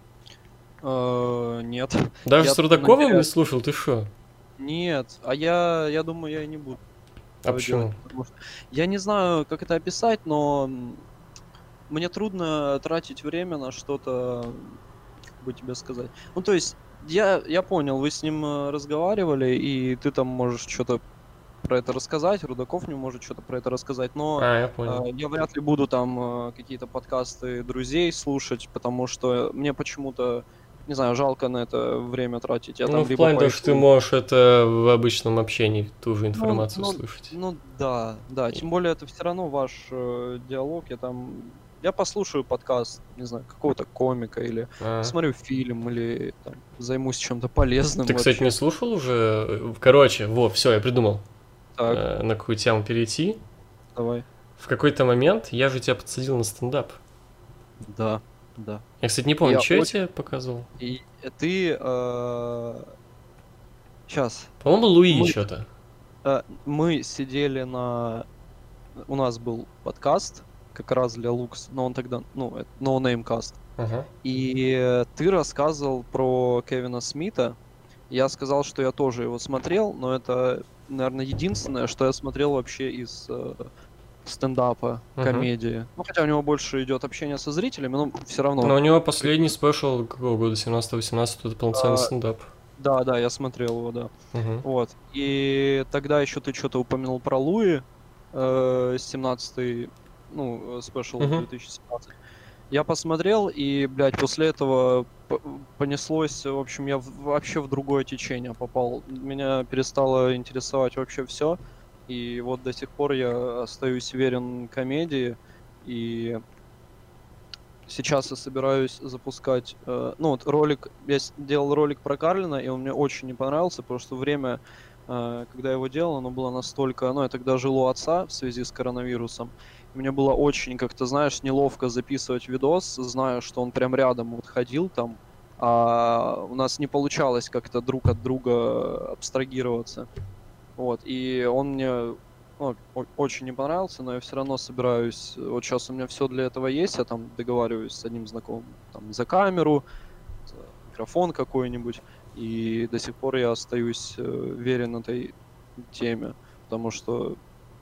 Э, Нет. Даже Я с Рудаковым намерен- не слушал, ты шо? Нет, а я, я думаю, я и не буду. А этого почему? делать, потому что я не знаю, как это описать, но м, мне трудно тратить время на что-то, как бы тебе сказать. Ну, то есть, я, я понял, вы с ним э, разговаривали, и ты там можешь что-то про это рассказать, Рудаков мне может что-то про это рассказать, но А, я понял. э, я вряд ли буду там э, какие-то подкасты друзей слушать, потому что мне почему-то, не знаю, жалко на это время тратить. Я Ну, там в либо плане того, что ты пойду- можешь это в обычном общении ту же информацию ну, слышать. Ну да, да. Тем более это все равно ваш э, диалог. Я там, я послушаю подкаст, не знаю, какого-то комика или А. посмотрю фильм или там, займусь чем-то полезным. Ты, кстати, вообще. не слушал уже? Короче, во, все, я придумал, Так, э, на какую тему перейти. давай. В какой-то момент я же тебя подсадил на стендап. Да, да. Я, кстати, не помню, Я что я очень- тебе показывал. И ты сейчас По-моему, Луи Мы- что-то. мы сидели на, у нас был подкаст как раз для Лукс, но он тогда, ну, это No Name Cast. Ага. И ты рассказывал про Кевина Смита. Я сказал, что я тоже его смотрел, но это, наверное, единственное, что я смотрел вообще из э, стендапа, Мгм. комедии. Ну, хотя у него больше идет общение со зрителями, но все равно. Но у него последний спешл какого года, семнадцатого-восемнадцатого, это полноценный А, стендап. Да, да, я смотрел его, да. Мгм. Вот. И тогда еще ты что-то упомянул про Луи, э, семнадцатый, ну, э, спешл Мгм. две тысячи семнадцать. Я посмотрел, и, блядь, после этого п- понеслось, в общем, я в- вообще в другое течение попал. Меня перестало интересовать вообще все. И вот до сих пор я остаюсь верен комедии. И сейчас я собираюсь запускать, э, ну вот ролик, я с- делал ролик про Карлина, и он мне очень не понравился, потому что время э, когда я его делал, оно было настолько... Ну, я тогда жил у отца в связи с коронавирусом. И мне было очень, как-то, знаешь, неловко записывать видос, зная, что он прям рядом вот ходил там, а у нас не получалось как-то друг от друга абстрагироваться. Вот, и он мне ну, о- очень не понравился, но я все равно собираюсь. Вот сейчас у меня все для этого есть, я там договариваюсь с одним знакомым там, за камеру, за микрофон какой-нибудь, и до сих пор я остаюсь э, верен этой теме, потому что,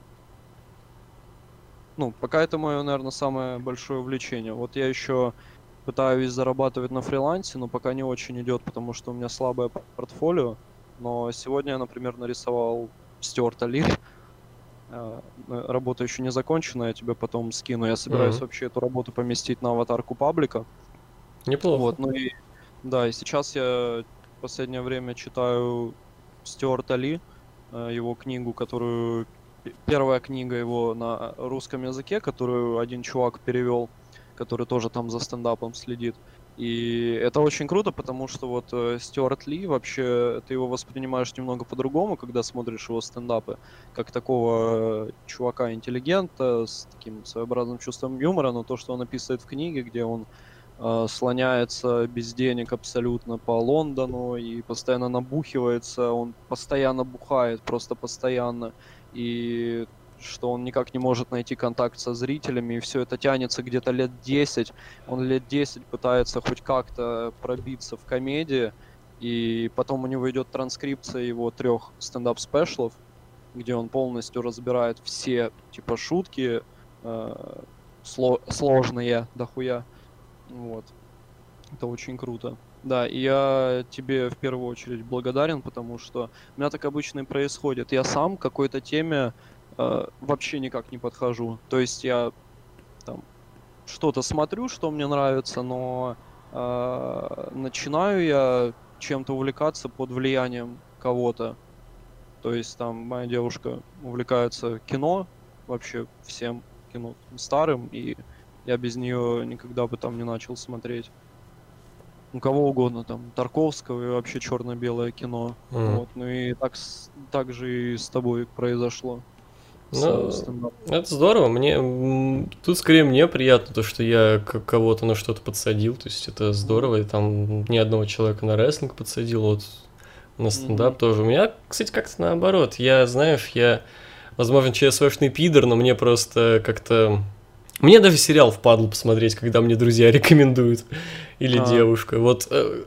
ну, пока это мое, наверное, самое большое увлечение. Вот я еще пытаюсь зарабатывать на фрилансе, но пока не очень идет, потому что у меня слабое п- портфолио. Но сегодня я, например, нарисовал Стюарта Ли. Э, э, Работа еще не закончена, я тебе потом скину. Я собираюсь Мгм. вообще эту работу поместить на аватарку паблика. Неплохо. Вот, ну и да, и сейчас я в последнее время читаю Стюарта Ли, э, его книгу, которую п- первая книга его на русском языке, которую один чувак перевел, который тоже там за стендапом следит. И это очень круто, потому что вот э, Стюарт Ли вообще ты его воспринимаешь немного по-другому, когда смотришь его стендапы, как такого э, чувака интеллигента с таким своеобразным чувством юмора, но то, что он описывает в книге, где он э, слоняется без денег абсолютно по Лондону и постоянно набухивается, он постоянно бухает, просто постоянно, и что он никак не может найти контакт со зрителями, и все это тянется где-то лет десять. Он лет десять пытается хоть как-то пробиться в комедии, и потом у него идет транскрипция его трех стендап-спешлов, где он полностью разбирает все типа шутки э, сло- сложные дохуя. Вот. Это очень круто. Да, и я тебе в первую очередь благодарен, потому что у меня так обычно и происходит. Я сам к какой-то теме э, вообще никак не подхожу. То есть я там что-то смотрю, что мне нравится, но э, начинаю я чем-то увлекаться под влиянием кого-то. То есть там моя девушка увлекается кино, вообще всем кино старым, и я без нее никогда бы там не начал смотреть. У кого угодно, там, Тарковского и вообще черно-белое кино. Мгм. Вот, ну и так, с- так же и с тобой произошло с Ну, стендапом. это здорово. Мне м, тут скорее мне приятно то, что я к- кого-то на что-то подсадил. То есть это Мгм. здорово. И там ни одного человека на рестлинг подсадил, вот на Мгм. стендап тоже. У меня, кстати, как-то наоборот. Я, знаешь, я, возможно, ЧСВшный пидор, но мне просто как-то... Мне даже сериал впадло посмотреть, когда мне друзья рекомендуют. Или А, девушка. Вот э,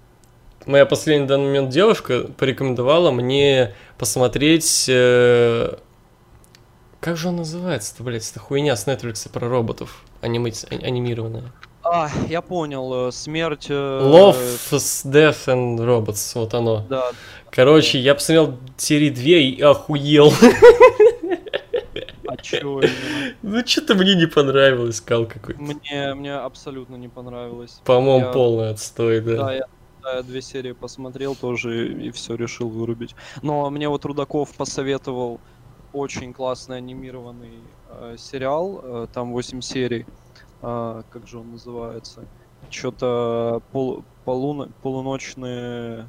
моя последняя в данный момент девушка порекомендовала мне посмотреть... э, как же он называется-то, блядь, это хуйня с Netflix про роботов, аниме... анимированная. а, я понял, э, смерть, Love, э, Death and Robots, вот оно. да, да. Короче, я посмотрел серии две и охуел. А чё именно? Ну, что-то мне не понравилось, кал какой-то. Мне, мне абсолютно не понравилось. По-моему, Я, полный отстой, да. да, я, да, я две серии посмотрел тоже и все решил вырубить. Но мне вот Рудаков посоветовал очень классный анимированный э, сериал, э, там восемь серий. А, как же он называется? Что-то пол, полуно- полуночные...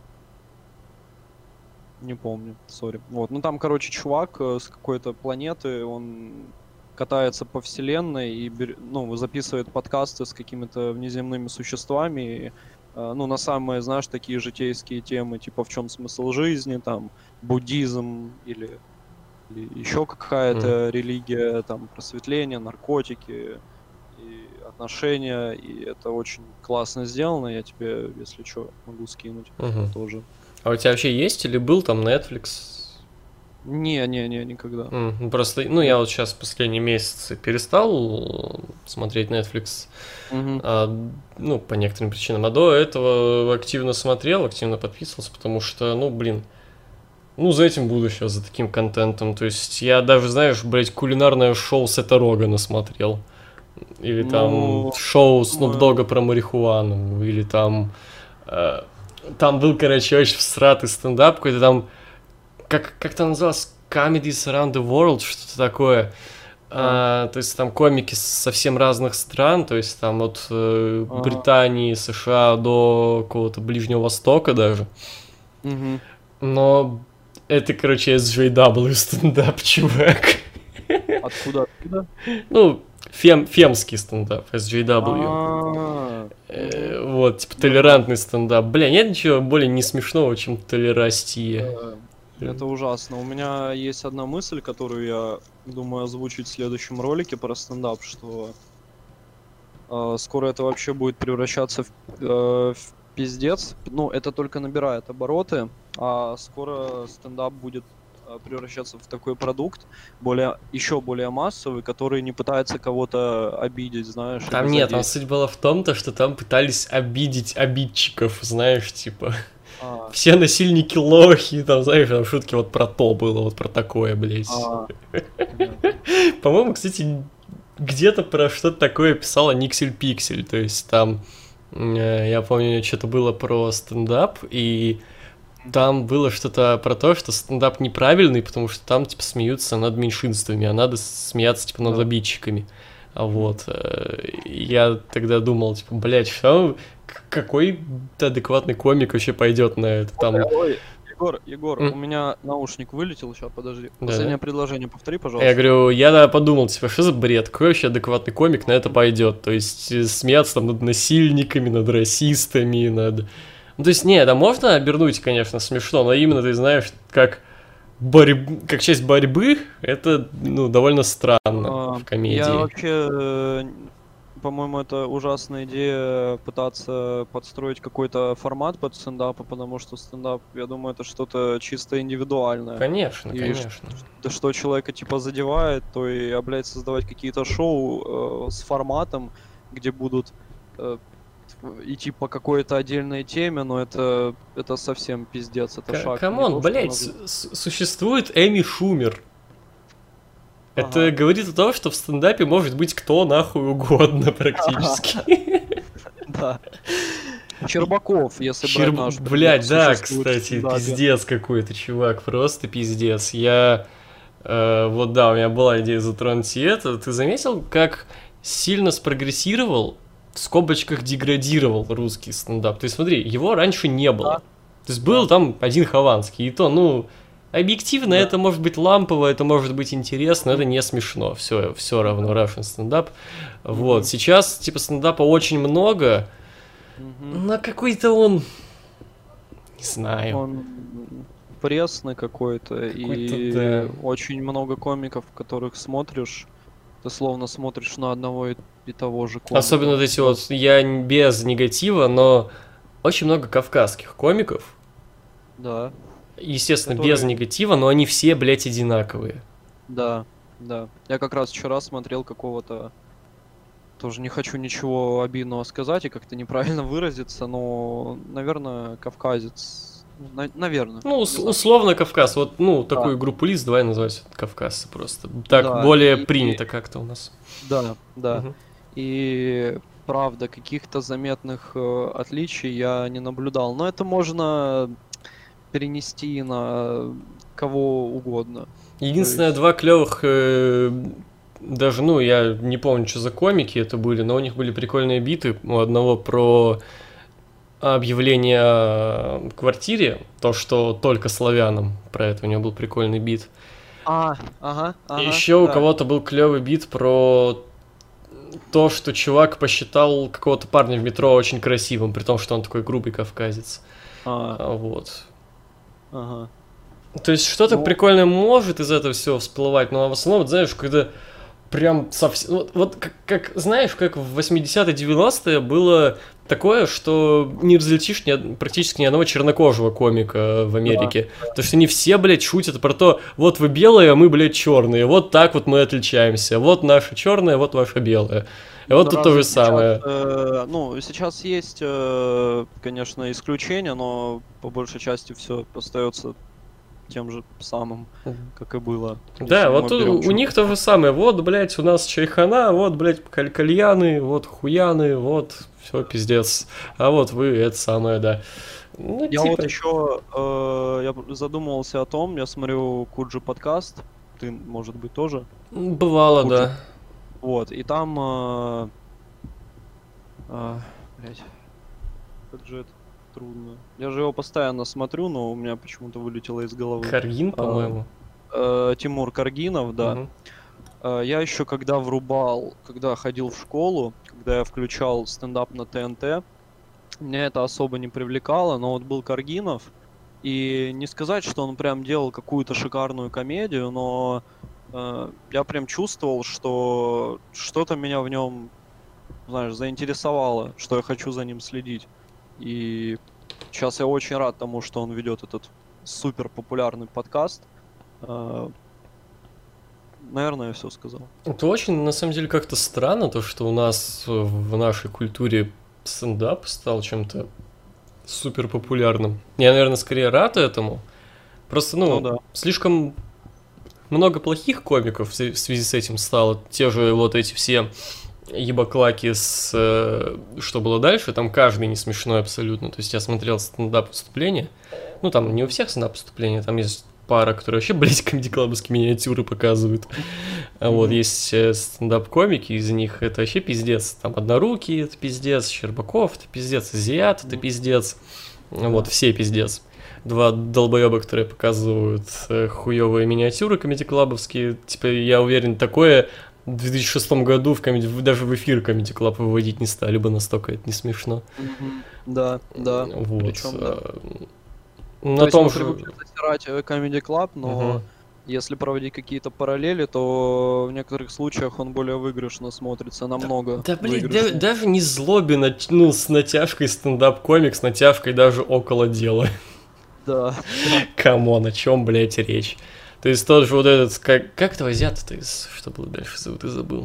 Не помню, сори. Вот, ну там, короче, чувак э, с какой-то планеты, он катается по вселенной и бер- ну, записывает подкасты с какими-то внеземными существами. И, э, ну, на самые, знаешь, такие житейские темы, типа в чем смысл жизни, там, буддизм или, или еще М. какая-то религия, там, просветление, наркотики и отношения. И это очень классно сделано. Я тебе, если что, могу скинуть Мгм. тоже. А у тебя вообще есть или был там Netflix? Не, не, не, никогда. М, ну, просто, ну, я вот сейчас последние месяцы перестал э, смотреть Netflix, Мгм. а, ну, по некоторым причинам. А до этого активно смотрел, активно подписывался, потому что, ну, блин, ну, за этим будущее, за таким контентом. То есть я даже, знаешь, блядь, кулинарное шоу Сета Рогана смотрел. Или там Ну, шоу Снуп думаю, Догга про марихуану. Или там... э, там был, короче, очень всратый стендап какой-то там... Как, как это называлось? Comedies Around the World, что-то такое. а, А, то есть там комики с совсем разных стран, то есть там от э, ага, Британии, США до какого-то Ближнего Востока даже. мгм, Но Это, короче, эс джей дабл ю стендап, чувак. Откуда? Откуда? Ну, фем, фемский стендап, эс джей дабл ю. А, Э, Вот, типа, толерантный стендап. Бля, нет ничего более не смешного, чем толерастия. э, Это ужасно. У меня есть одна мысль, которую я думаю озвучить в следующем ролике про стендап, что э, скоро это вообще будет превращаться в, э, в пиздец. Ну, это только набирает обороты, а скоро стендап будет э, превращаться в такой продукт, более, еще более массовый, который не пытается кого-то обидеть, знаешь. Там или нет, там задеть. суть была в том, то, что там пытались обидеть обидчиков, знаешь, типа... А, Все насильники лохи, там, знаешь, там шутки вот про то было, вот про такое, блядь. а, понятно. По-моему, кстати, где-то про что-то такое писала Никсель Пиксель, то есть там, э, я помню, что-то было про стендап, и там было что-то про то, что стендап неправильный, потому что там, типа, смеются над меньшинствами, а надо смеяться, типа, над Да. обидчиками. А вот, э, я тогда думал, типа, блядь, что, к- какой адекватный комик вообще пойдет на это, там, Ой, Егор, Егор, М. у меня наушник вылетел, сейчас, подожди. Да. Последнее предложение повтори, пожалуйста. я говорю, я да, подумал, типа, что за бред, какой вообще адекватный комик на это пойдет, то есть э, смеяться там над насильниками, над расистами, над... Ну, то есть, не, да можно обернуть, конечно, смешно, но именно, ты знаешь, как... Борь... как часть борьбы, это, ну, довольно странно А, в комедии. Я вообще, э, по-моему, это ужасная идея пытаться подстроить какой-то формат под стендапа, потому что стендап, я думаю, это что-то чисто индивидуальное. Конечно, И конечно. Да что человека типа задевает, то и, а, блядь, создавать какие-то шоу э, с форматом, где будут э, идти по какой-то отдельной теме, но это, это совсем пиздец, это К- шаг. не Камон, то, что блядь, надо- с- с- существует Эми Шумер. Это Ага. говорит о том, что в стендапе может быть кто нахуй угодно практически. Да. Щербаков, если Щер- брать наш пример, Блядь, да, существует в кстати, стендапе. пиздец какой-то, чувак, просто пиздец. Я, э, вот да, у меня была идея затронуть и это. Ты заметил, как сильно спрогрессировал, в скобочках деградировал русский стендап? То есть смотри, его раньше не было. То есть был там один Хованский, и то, ну, объективно Да. это может быть лампово, это может быть интересно, но это не смешно. Все, все равно Russian стендап. Вот, Мгм. сейчас типа стендапа очень много, Мгм. но какой-то он, не знаю. Он пресный какой-то, и Какой-то, да. очень много комиков, которых смотришь, ты словно смотришь на одного и, и того же комика. Особенно вот эти вот, я н- без негатива, но очень много кавказских комиков. Да, Естественно, Которые- без негатива, но они все, блядь, одинаковые. да, да. Я как раз вчера смотрел какого-то, тоже не хочу ничего обидного сказать и как-то неправильно выразиться, но, наверное, кавказец. На- наверное. Ну, не ус- знаю. условно Кавказ. Вот, ну, такую группу лиц давай называть Кавказцы просто. Так Да, более и- принято как-то у нас. Да, да. Мгм. И правда, каких-то заметных э, отличий я не наблюдал. Но это можно перенести на кого угодно. Единственное, есть- два клевых, э, даже, ну, я не помню, что за комики это были, но у них были прикольные биты. У одного про объявление о квартире, то, что только славянам, про это у него был прикольный бит. А, ага, ага. Еще у да. кого-то был клевый бит про то, что чувак посчитал какого-то парня в метро очень красивым, при том, что он такой грубый кавказец. А, А, Вот. ага. То есть что-то Ну- прикольное может из этого всего всплывать, но в основном, знаешь, когда прям совсем... Вот, вот как, как, знаешь, как в восьмидесятые девяностые было такое, что не различишь ни, од- практически ни одного чернокожего комика в Америке. Потому что они все, блядь, шутят про то, вот вы белые, а мы, блядь, черные, вот так вот мы отличаемся, вот наша черная, вот ваша белая. И вот Да тут то же разве сейчас, самое. э, ну, сейчас есть, э, конечно, исключения, но по большей части все остается тем же самым, как и было. Да, Если вот мы тут берем у чё- них то же самое. Вот, блядь, у нас чайхана, вот, блядь, каль- кальяны, вот хуяны, вот, все пиздец. А вот вы это самое, да. Ну, Я типа, вот еще э, я б- задумывался о том, я смотрю Куджи подкаст, ты, может быть, тоже. бывало, Куджи. да. Вот, и там, э, э, блядь, как же это? трудно. Я же его постоянно смотрю, но у меня почему-то вылетело из головы. Каргин, по-моему. Э, Тимур Каргинов, да. Мгм. Э, Я еще когда врубал, когда ходил в школу, когда я включал стендап на ТНТ, меня это особо не привлекало, но вот был Каргинов, и не сказать, что он прям делал какую-то шикарную комедию, но э, я прям чувствовал, что что-то меня в нем, знаешь, заинтересовало, что я хочу за ним следить. И сейчас я очень рад тому, что он ведет этот супер популярный подкаст. Э, Наверное, я все сказал. Это очень, на самом деле, как-то странно, то, что у нас э, в нашей культуре стендап стал чем-то супер популярным. Я, наверное, скорее рад этому. Просто, ну, Ну да. слишком много плохих комиков в свя- в связи с этим стало. Те же вот эти все ебаклаки с э, «Что было дальше», там каждый не смешной абсолютно. То есть я смотрел стендап-выступления, ну, там не у всех стендап-выступления, там есть пара, которые вообще, блядь, комедий-клабовские миниатюры показывают. А вот Мгм. есть э, стендап-комики, из них это вообще пиздец. Там Однорукий, это пиздец, Щербаков, это пиздец, Азиат, это Мгм. пиздец. Вот, Да. все пиздец. Два долбоеба, которые показывают э, хуёвые миниатюры комедий-клабовские. Типа, я уверен, такое в две тысячи шестом году в комеди... даже в эфир Comedy Club выводить не стали бы, настолько это не смешно. Мгм. Да, да. Вот. Причем, да. э, То На есть том мы же... привыкли засирать э, Comedy Club, но Мгм. если проводить какие-то параллели, то в некоторых случаях он более выигрышно смотрится, намного Да, блин, да- выигрышнее. даже не злобе, нач- ну, с натяжкой стендап-комик, с натяжкой даже около дела. Да. Камон, о чем, блядь, речь? То есть тот же вот этот, как, как этого азиата-то из, что было дальше зовут, ты забыл?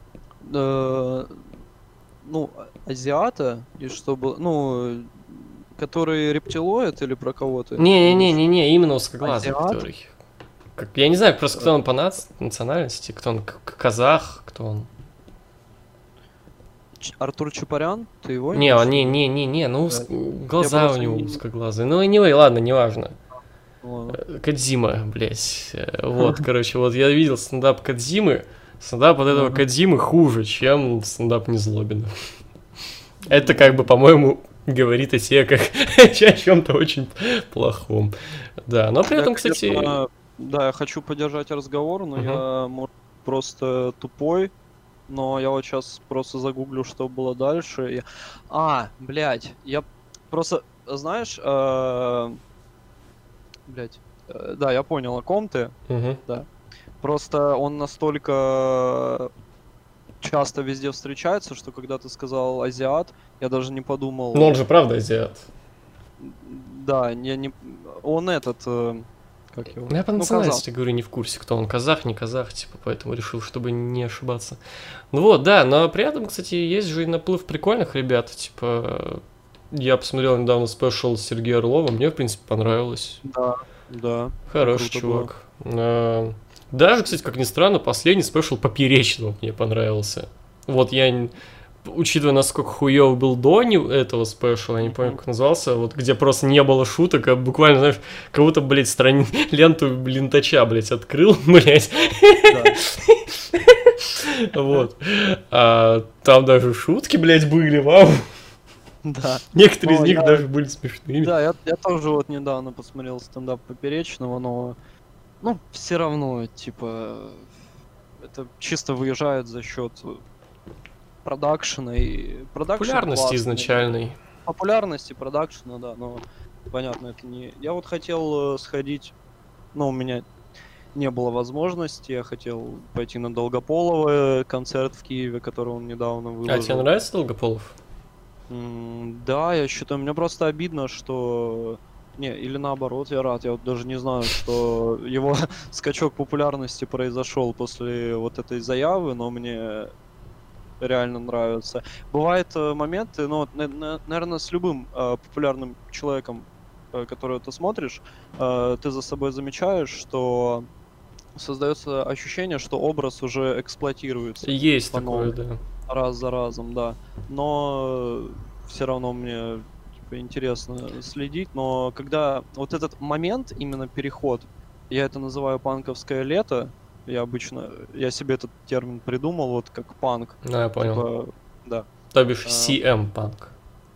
Э, Ну, а- азиата, и что было, ну, который рептилоид или про кого ты? Не-не-не-не-не, именно узкоглазый, Азиат? который. Как, я не знаю просто, кто он по нац- национальности, кто он, к- к- казах, кто он. Ч- Артур Чапарян? Ты его Не, имеешь он, в виду? не-не-не-не, ну, Да. узк- глаза у просто него не- узкоглазые. Ну, не, ладно, неважно. Ладно. Э, Кодзима, блядь. Э, Вот, короче, вот я видел стендап Кодзимы. Стендап от этого Ага. Кодзимы хуже, чем стендап Незлобина. Это, как бы, по-моему, говорит о себе как о чем-то очень плохом. Да, но при Я, этом, кстати... конечно, да, я хочу поддержать разговор, но Мгм. я, может, просто тупой. Но я вот сейчас просто загуглю, что было дальше. и- А, блядь, я просто, знаешь, э, блядь, э, да, я понял, о ком ты. Мгм. Просто он настолько часто везде встречается, что когда ты сказал азиат, я даже не подумал. Ну, он же правда азиат. Да, я не. Он этот. э, Как его? Ну, я по Ну, национальности говорю, не в курсе, кто он, казах, не казах, типа, поэтому решил, чтобы не ошибаться. Ну вот, да, но при этом, кстати, есть же и наплыв прикольных ребят, типа, я посмотрел недавно спешл Сергея Орлова, мне, в принципе, понравилось. Да, да. Хороший круто было. чувак. А, Даже, кстати, как ни странно, последний спешл Поперечного мне понравился. Вот я, н- учитывая, насколько хуёв был до не- этого спешла, я не помню, Мгм. как назывался, вот где просто не было шуток, а буквально, знаешь, как будто, блядь, страни... ленту лентача, блядь, открыл, блядь, Да. вот. А там даже шутки, блядь, были, вау. Да. Некоторые из Ну, них я- даже были смешными. Да, я, я тоже вот недавно посмотрел стендап Поперечного, но ну, все равно, типа, это чисто выезжает за счет продакшена и продакшн Популярности классный. изначальной. Популярности продакшена, да, но понятно, это не. Я вот хотел э, сходить, но у меня не было возможности. Я хотел пойти на Долгополова концерт в Киеве, который он недавно выложил. А тебе нравится Долгополов? М, Да, я считаю, мне просто обидно, что... Не, или наоборот, я рад. Я вот даже не знаю, что его скачок популярности произошел после вот этой заявы, но мне реально нравится. Бывают э, моменты, ну, вот, на- на- наверное, с любым э, популярным человеком, э, которого ты смотришь, э, ты за собой замечаешь, что создается ощущение, что образ уже эксплуатируется Есть по такое, новой. да. раз за разом, да. Но все равно мне типа, интересно следить. Но когда вот этот момент, именно переход, я это называю панковское лето. Я обычно, я себе этот термин придумал, вот как панк. Ну, я понял. Типа, да. То бишь А. си эм панк.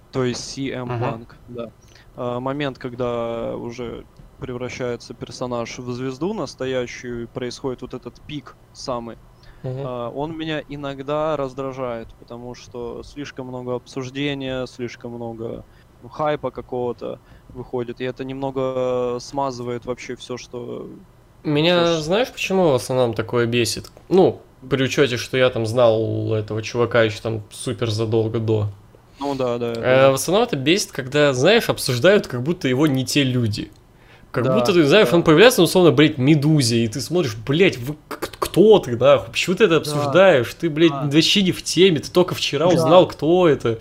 То есть си эм Ага. Punk, да. А, момент, когда уже превращается персонаж в звезду настоящую, и происходит вот этот пик самый, Мгм. а, он меня иногда раздражает, потому что слишком много обсуждения, слишком много ну, хайпа какого-то выходит, и это немного смазывает вообще все, что... Меня, всё, ш- знаешь, почему в основном такое бесит? Ну, при учете, что я там знал этого чувака еще там супер задолго до. Ну да, да, Э, да. в основном это бесит, когда, знаешь, обсуждают, как будто его не те люди. Как Да, будто, ты знаешь, да. он появляется, ну, условно, блядь, Медузе, и ты смотришь, блядь, вы к- кто ты, нахуй? Почему ты это обсуждаешь? Ты, блядь, да. вообще не в теме, ты только вчера Да. узнал, кто это.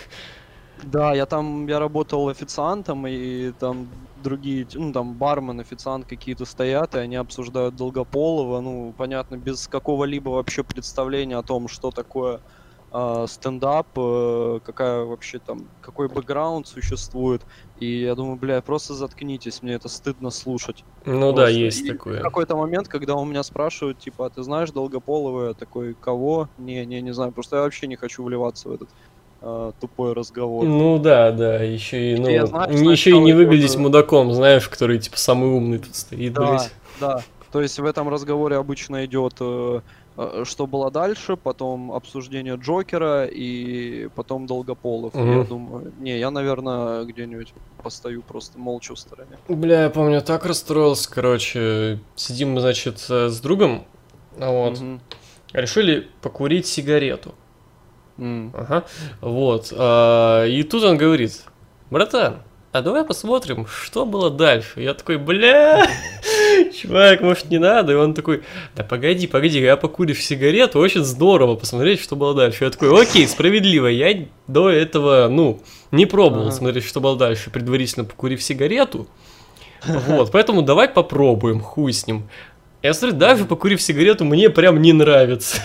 Да, я там, я работал официантом, и там другие, ну, там бармен, официант какие-то стоят, и они обсуждают Долгополова, ну, понятно, без какого-либо вообще представления о том, что такое а, стендап, э, какая вообще там, какой бэкграунд существует. И я думаю, бля, просто заткнитесь, мне это стыдно слушать. Ну да, Просто. есть И в такое. какой-то момент, когда у меня спрашивают, типа, а ты знаешь Долгополова? Я такой, кого? Не, не, не знаю, просто я вообще не хочу вливаться в этот а, тупой разговор. Ну да, да, еще и, Где я, ну, знаешь, еще и сначала не идёт, выглядеть э, мудаком, знаешь, который, типа, самый умный тут стоит, Да, блядь. да. То есть в этом разговоре обычно идет, э, э, что было дальше, потом обсуждение Джокера и потом Долгополов. И я Мгм. думаю, не, я, наверное, где-нибудь постою просто молча в стороне. Бля, я помню, так расстроился, короче. Сидим мы, значит, э, с другом, а вот, Мгм. решили покурить сигарету. М. Ага, вот. а, И тут он говорит, братан, а давай посмотрим, что было дальше. Я такой, бля, чувак, может не надо? И он такой, да погоди, погоди, я покурив сигарету, очень здорово посмотреть, что было дальше. Я такой, окей, справедливо, я до этого, ну, не пробовал Ага. смотреть, что было дальше, предварительно покурив сигарету. Вот, поэтому давай попробуем, хуй с ним. Я смотрю, даже покурив сигарету, мне прям не нравится.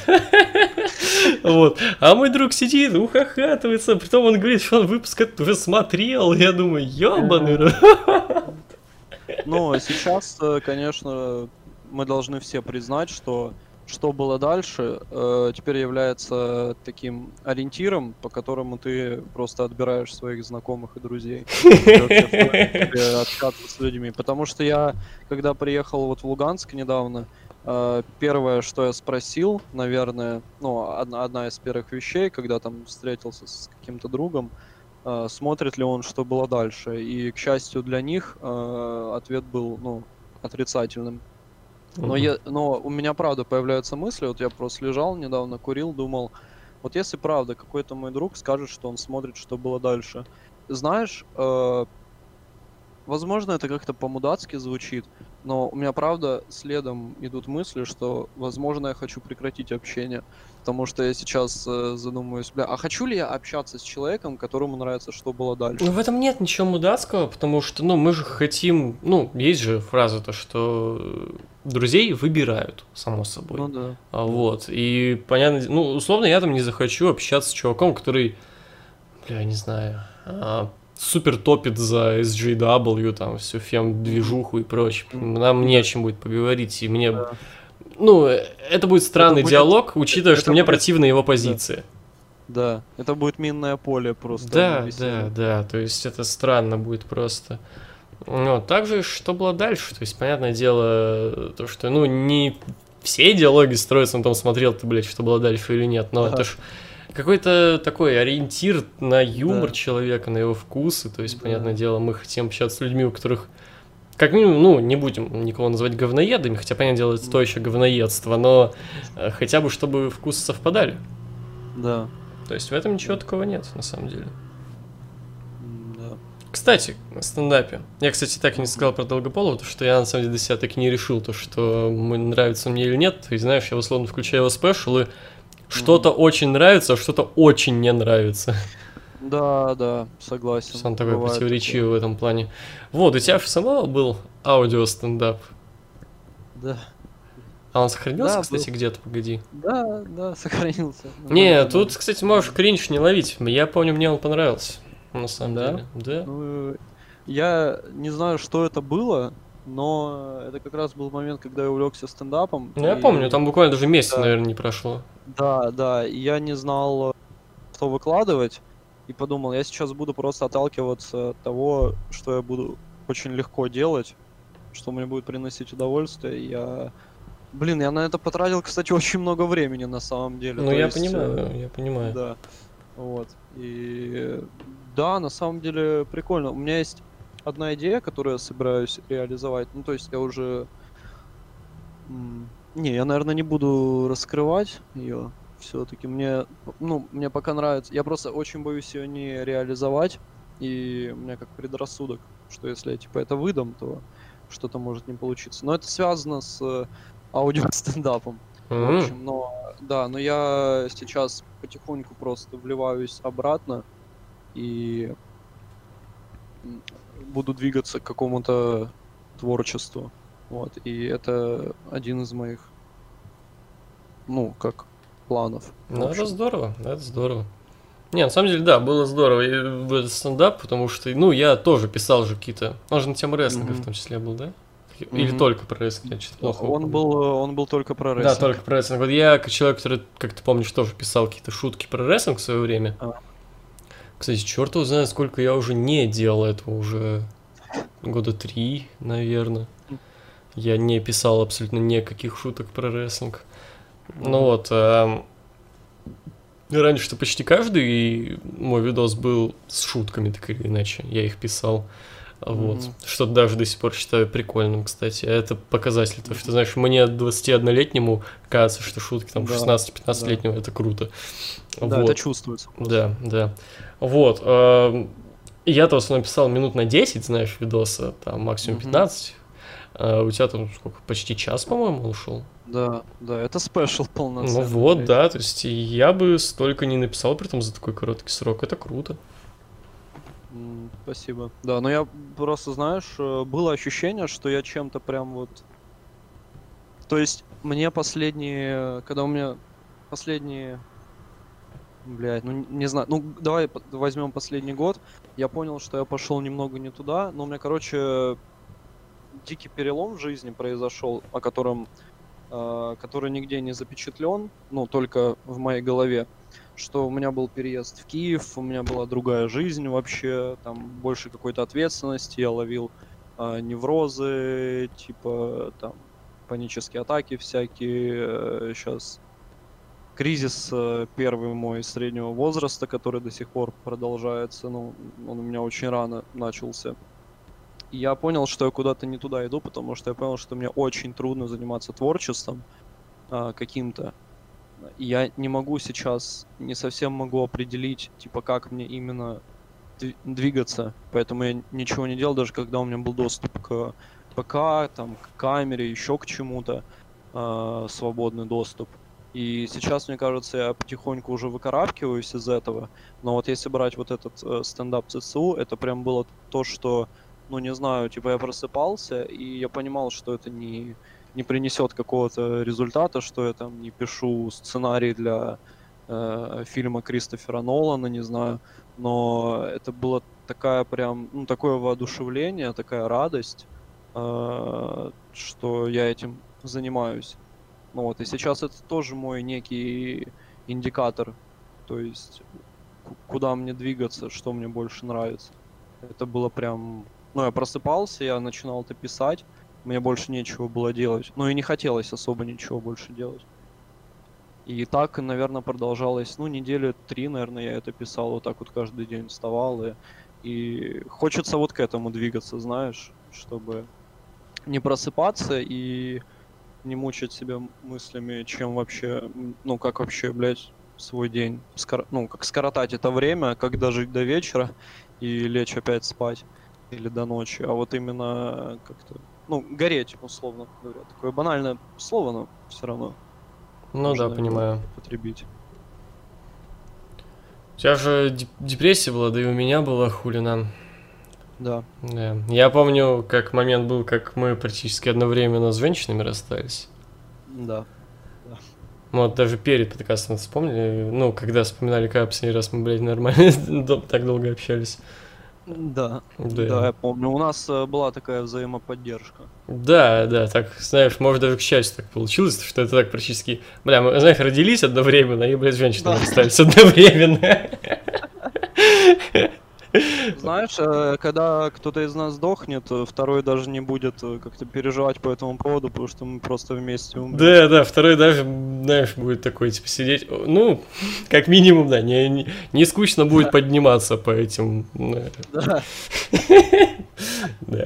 Вот. А мой друг сидит, ухахатывается, притом он говорит, что он выпуск этот уже смотрел. Я думаю, ёбаный рот. Но сейчас, э, конечно, мы должны все признать, что что было дальше, э, теперь является таким ориентиром, по которому ты просто отбираешь своих знакомых и друзей. И вообще стоит тебе общаться с людьми. Потому что я, когда приехал вот в Луганск недавно, э, первое, что я спросил, наверное, ну, одна, одна из первых вещей, когда там встретился с каким-то другом, э, смотрит ли он, что было дальше. И, к счастью для них, э, ответ был, ну, отрицательным. Но, я, но у меня правда появляются мысли, вот я просто лежал недавно, курил, думал, вот если правда какой-то мой друг скажет, что он смотрит, что было дальше. Знаешь, э, возможно, это как-то по-мудацки звучит, но у меня правда следом идут мысли, что, возможно, я хочу прекратить общение. Потому что я сейчас э, задумываюсь, бля, а хочу ли я общаться с человеком, которому нравится, что было дальше? Ну, в этом нет ничего мудацкого, потому что, ну, мы же хотим, ну, есть же фраза-то, что э, друзей выбирают, само собой. Ну да. А, вот, и понятно, ну, условно, я там не захочу общаться с чуваком, который, бля, не знаю, а, супер топит за эс джей дабл ю, там, всю фем-движуху и прочее. Нам не о чем будет поговорить, и мне... Да. Ну, э, это будет странный будет- диалог, учитывая, это что мне будет- противна его позиция. Да, это будет минное поле просто. Да, одно веселье. да, да, то есть это странно будет просто. Ну, также, что было дальше, то есть, понятное дело, то, что, ну, не все идеологии строятся на том, смотрел ты, блядь, что было дальше или нет, но Да. это ж какой-то такой ориентир на юмор Да. человека, на его вкусы, то есть, Да. понятное дело, мы хотим общаться с людьми, у которых, как минимум, ну, не будем никого называть говноедами, хотя, понятное дело, это то еще говноедство, но э, хотя бы, чтобы вкусы совпадали. Да. То есть в этом ничего такого нет, на самом деле. М, да. Кстати, на стендапе. Я, кстати, так и не сказал про Долгополова, потому что я, на самом деле, для себя так и не решил, то, что м- нравится мне или нет. И знаешь, я условно включаю его спешл, и что-то очень нравится, а что-то очень не нравится. Да, да, согласен. То есть он такой Бывает противоречивый в этом плане. Вот, у тебя же самого был аудио-стендап. такое. Да. А он сохранился, Да, кстати, был. где-то, погоди. Да, да, сохранился. Не, Нормально. тут, кстати, можешь кринж не ловить. Я помню, мне он понравился. На самом Да? деле. Да. Ну, я не знаю, что это было, но это как раз был момент, когда я увлекся стендапом. Ну, я и- помню, там буквально даже месяца, Да. наверное, не прошло. Да, да, и я не знал, что выкладывать. и подумал, я сейчас буду просто отталкиваться от того, что я буду очень легко делать, что мне будет приносить удовольствие. И я... Блин, я на это потратил, кстати, очень много времени на самом деле. Ну, То я есть, понимаю, э, я понимаю. Да. Вот. И да, на самом деле прикольно. У меня есть одна идея, которую я собираюсь реализовать. Ну, то есть я уже... м, Не, я, наверное, не буду раскрывать ее. Все-таки мне, ну, мне пока нравится. Я просто очень боюсь ее не реализовать. И у меня как предрассудок, что если я типа это выдам, то что-то может не получиться. Но это связано с э, аудиостендапом. В М. общем, но да, но я сейчас потихоньку просто вливаюсь обратно и м, буду двигаться к какому-то творчеству. Вот. И это один из моих, ну, как планов. В Ну, это общем. здорово, это здорово. Не, на самом деле, да, было здорово и в этот стендап, потому что, ну, я тоже писал же какие-то... Он же на тему рестлинга Мгм. в том числе был, да? Или Мгм. только про рестлинг, я что-то плохо Он помню. был, э, он был только про Да, рестлинг. только про рестлинг. Вот я, как человек, который, как ты помнишь, тоже писал какие-то шутки про рестлинг в свое время. А. Кстати, черт его знает, сколько я уже не делал этого, уже года три, наверное. М. Я не писал абсолютно никаких шуток про рестлинг. Ну Мгм. вот, ам, раньше-то почти каждый мой видос был с шутками, так или иначе. Я их писал. Вот. Мгм. Что даже до сих пор считаю прикольным, кстати. Это показатель того, что, знаешь, мне двадцатиоднолетнему кажется, что шутки там Да, шестнадцати-пятнадцатилетнего это круто. Да, Вот. это чувствуется просто. Да, да. Вот. ам, Я-то в основном писал минут на десять, знаешь, видоса, там максимум Мгм. пятнадцать. А у тебя там сколько? Почти час, по-моему, ушел. Да, да, это спешл Ну полноценный. вот, блядь. да, то есть я бы столько не написал, при том за такой короткий срок. Это круто. М, Спасибо. Да, но я просто, знаешь, э, было ощущение, что я чем-то прям вот... То есть мне последние... Когда у меня последние... Блядь, ну н- не знаю. Ну, давай по- возьмем последний год. Я понял, что я пошел немного не туда. Но у меня, короче, дикий перелом в жизни произошел, о котором... э, который нигде не запечатлен, ну, только в моей голове. Что у меня был переезд в Киев, у меня была другая жизнь вообще, там больше какой-то ответственности, я ловил а, неврозы, типа там панические атаки всякие, сейчас кризис э, первый мой среднего возраста, который до сих пор продолжается, ну, он у меня очень рано начался. И я понял, что я куда-то не туда иду, потому что я понял, что мне очень трудно заниматься творчеством а, каким-то. И я не могу сейчас, не совсем могу определить, типа, как мне именно дви- двигаться. Поэтому я ничего не делал, даже когда у меня был доступ к ПК, там, к камере, еще к чему-то, а, свободный доступ. И сейчас, мне кажется, я потихоньку уже выкарабкиваюсь из этого. Но вот если брать вот этот э, стендап ЦСУ, это прям было то, что, ну, не знаю, типа я просыпался, и я понимал, что это не, не принесет какого-то результата, что я там не пишу сценарий для э, фильма Кристофера Нолана, не знаю. Но это было такая прям, ну, такое воодушевление, такая радость, э, что я этим занимаюсь. Ну вот, и сейчас это тоже мой некий индикатор, то есть ку- куда мне двигаться, что мне больше нравится. Это было прям... Ну, я просыпался, я начинал это писать, мне больше нечего было делать. Ну и не хотелось особо ничего больше делать. И так, наверное, продолжалось, ну, недели три, наверное, я это писал, вот так вот каждый день вставал. И, и хочется вот к этому двигаться, знаешь, чтобы не просыпаться и не мучать себя мыслями, чем вообще, м, ну, как вообще, блядь, свой день, скор- ну, как скоротать это время, как дожить до вечера и лечь опять спать или до ночи, а вот именно как-то, ну, гореть, условно говоря. Такое банальное слово, но все равно Ну можно да, его понимаю. употребить. У тебя же деп- депрессия была, да и у меня была, хули нам. Да. Да. Я помню, как момент был, как мы практически одновременно с женщинами расстались. Да. Мы вот даже перед подкастом вспомнили, ну, когда вспоминали, как последний раз мы, блядь, нормально дол- так долго общались. Да. Да. Да, я помню. У нас э, была такая взаимоподдержка. Да, да, так, знаешь, может, даже к счастью так получилось, что это так практически... Бля, мы, знаешь, родились одновременно, и, блядь, с женщинами Да. расстались одновременно. Знаешь, э, когда кто-то из нас сдохнет, э, второй даже не будет э, как-то переживать по этому поводу, потому что мы просто вместе умрем. Да, да, второй даже, знаешь, будет такой, типа, сидеть, ну, как минимум, да, не, не, не скучно будет подниматься по этим... Да. Да.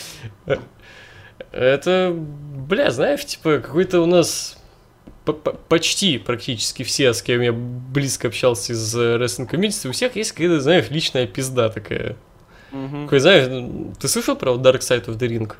Это, бля, знаешь, типа, какой-то у нас... Почти практически все, с кем я близко общался из рестлинг-комьюнити, у всех есть какая-то, знаешь, личная пизда такая. Мгм. Какой, знаешь, ты слышал про Dark Side of the Ring?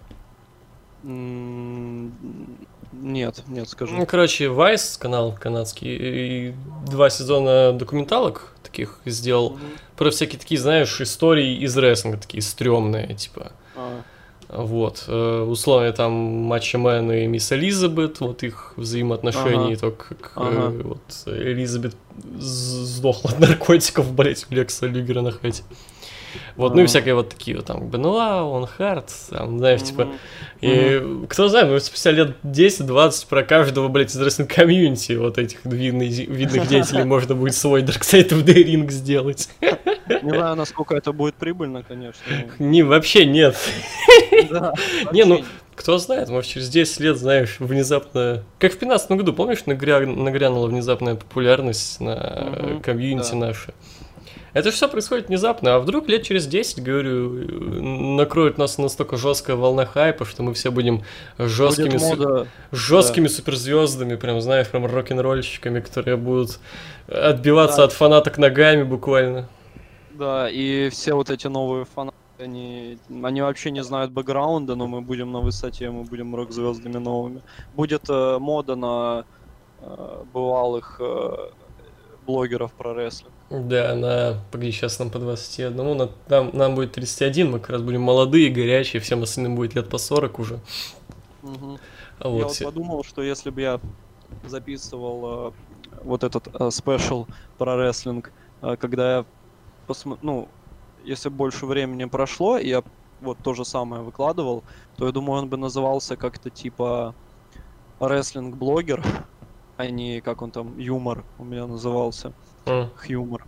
М, Нет, нет, скажи. Ну, короче, Vice, канал канадский, и два сезона документалок таких сделал Мгм. про всякие такие, знаешь, истории из рестлинга, такие стрёмные, типа. А, Вот, э, условия там Матча Мэн и Мисс Элизабет, вот их взаимоотношения, Ага. то, как э, Ага. вот Элизабет з- сдохла от наркотиков, блять, у Лекса Люгера на хате. Вот, ну и Ага. всякие вот такие вот там, Бенуа, Он Харт, там, знаешь, типа, Мгм. и кто знает, может, спустя лет десять-двадцать про каждого, блять, из рестлинг-комьюнити вот этих видных, видных деятелей можно будет свой Dark Side of the Ring сделать. Не знаю, насколько это будет прибыльно, конечно. Не, вообще нет. Да, Не, ну, вообще кто знает, может, через десять лет, знаешь, внезапно... Как в пятнадцатом году, помнишь, нагря... нагрянула внезапная популярность на Мгм, комьюнити да. наше? Это все происходит внезапно, а вдруг лет через десять, говорю, накроет нас настолько жесткая волна хайпа, что мы все будем жесткими, будет мода. жесткими суперзвездами, прям, знаешь, прям рок-н-ролльщиками, которые будут отбиваться Да. от фанаток ногами буквально. Да, и все вот эти новые фанаты, они, они вообще не знают бэкграунда, но мы будем на высоте, мы будем рок-звездами новыми. Будет э, мода на э, бывалых э, блогеров про рестлинг. Да, на... Погоди, сейчас нам по двадцать один, на... нам, нам будет тридцать один, мы как раз будем молодые, горячие, всем остальным будет лет по сорок уже. Мгм. А Я вот, вот все- подумал, что если бы я записывал э, вот этот э, спешл про рестлинг, э, когда я посмо... ну, если больше времени прошло, и я вот то же самое выкладывал, то я думаю, он бы назывался как-то типа рестлинг-блогер, а не как он там, юмор у меня назывался, М. хьюмор.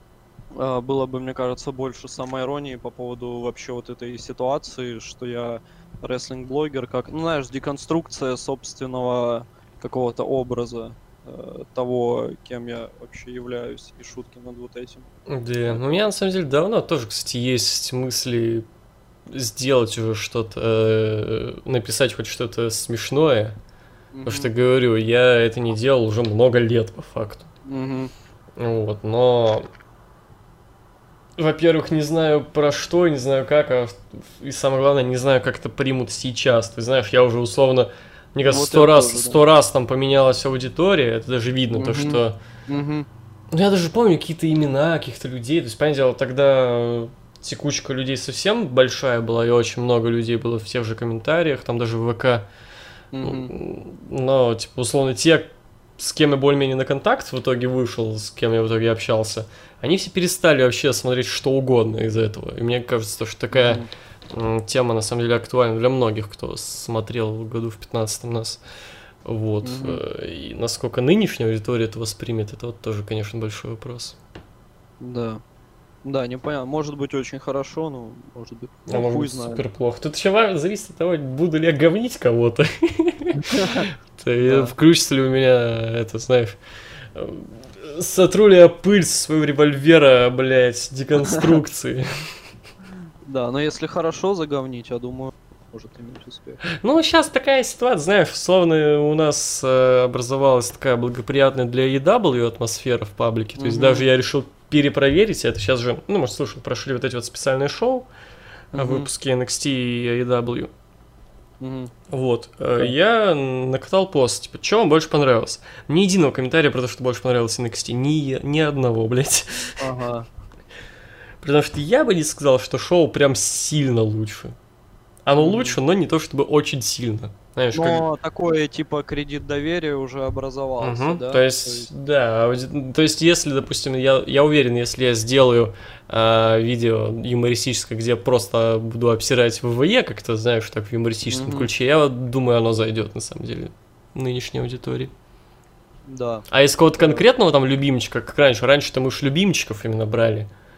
А, Было бы, мне кажется, больше самоиронии по поводу вообще вот этой ситуации, что я рестлинг-блогер, как, ну, знаешь, деконструкция собственного какого-то образа э, того, кем я вообще являюсь, и шутки над вот этим. Да, ну, у меня на самом деле давно тоже, кстати, есть мысли сделать уже что-то, э, написать хоть что-то смешное, потому что, Мгм. говорю, я это не делал уже много лет по факту. Мгм. Вот, но... Во-первых, не знаю про что, не знаю как, а в- и самое главное, не знаю, как это примут сейчас. Ты знаешь, я уже условно, мне кажется, Вот сто я раз, тоже, да. сто раз там поменялась аудитория, это даже видно, то Мгм. что... Мгм. Ну, я даже помню какие-то имена каких-то людей, то есть, понятное дело, тогда э, текучка людей совсем большая была, и очень много людей было в тех же комментариях, там даже в ВК. Мгм. Но, типа, условно, те, с кем я более-менее на контакт в итоге вышел, с кем я в итоге общался, они все перестали вообще смотреть что угодно из этого. И мне кажется, что такая Мгм. м, тема, на самом деле, актуальна для многих, кто смотрел в году в пятнадцатом нас. Вот. Мгм. Э, И насколько нынешняя аудитория это воспримет, это вот тоже, конечно, большой вопрос. Да. Да, непонятно. Может быть очень хорошо, но может быть. А Ну, может хуй быть, знает. супер плохо. Тут еще ва- зависит от того, буду ли я говнить кого-то. То и Да. Включится ли у меня это, знаешь, э, сотру ли я пыль со своего револьвера, блядь, деконструкции. Да, но если хорошо заговнить, я думаю, может иметь успех. Ну, сейчас такая ситуация, знаешь, словно у нас э, образовалась такая благоприятная для и дабл ю атмосфера в паблике. То есть Мгм. даже я решил перепроверить это. Сейчас же, ну, может, слушай, прошли вот эти вот специальные шоу, э, Мгм. выпуски эн экс ти и эй и дабл ю. Мгм. Вот, э, Да. я накатал пост, типа, что вам больше понравилось? Ни единого комментария про то, что больше понравилось эн экс ти, ни, ни одного, блядь. Ага. Потому что я бы не сказал, что шоу прям сильно лучше. Оно Мгм. лучше, но не то чтобы очень сильно. Знаешь, как... Но такой типа кредит доверия уже образовался, Мгм. да? То есть, да, ауди- то есть, если, допустим, я, я уверен, если я сделаю а, видео юмористическое, где я просто буду обсирать ВВЕ как-то, знаешь, так в юмористическом Мгм. ключе, я вот думаю, оно зайдет на самом деле нынешней аудитории. Да. А из кого-то конкретного там любимчика, как раньше, раньше-то мы уж любимчиков именно брали.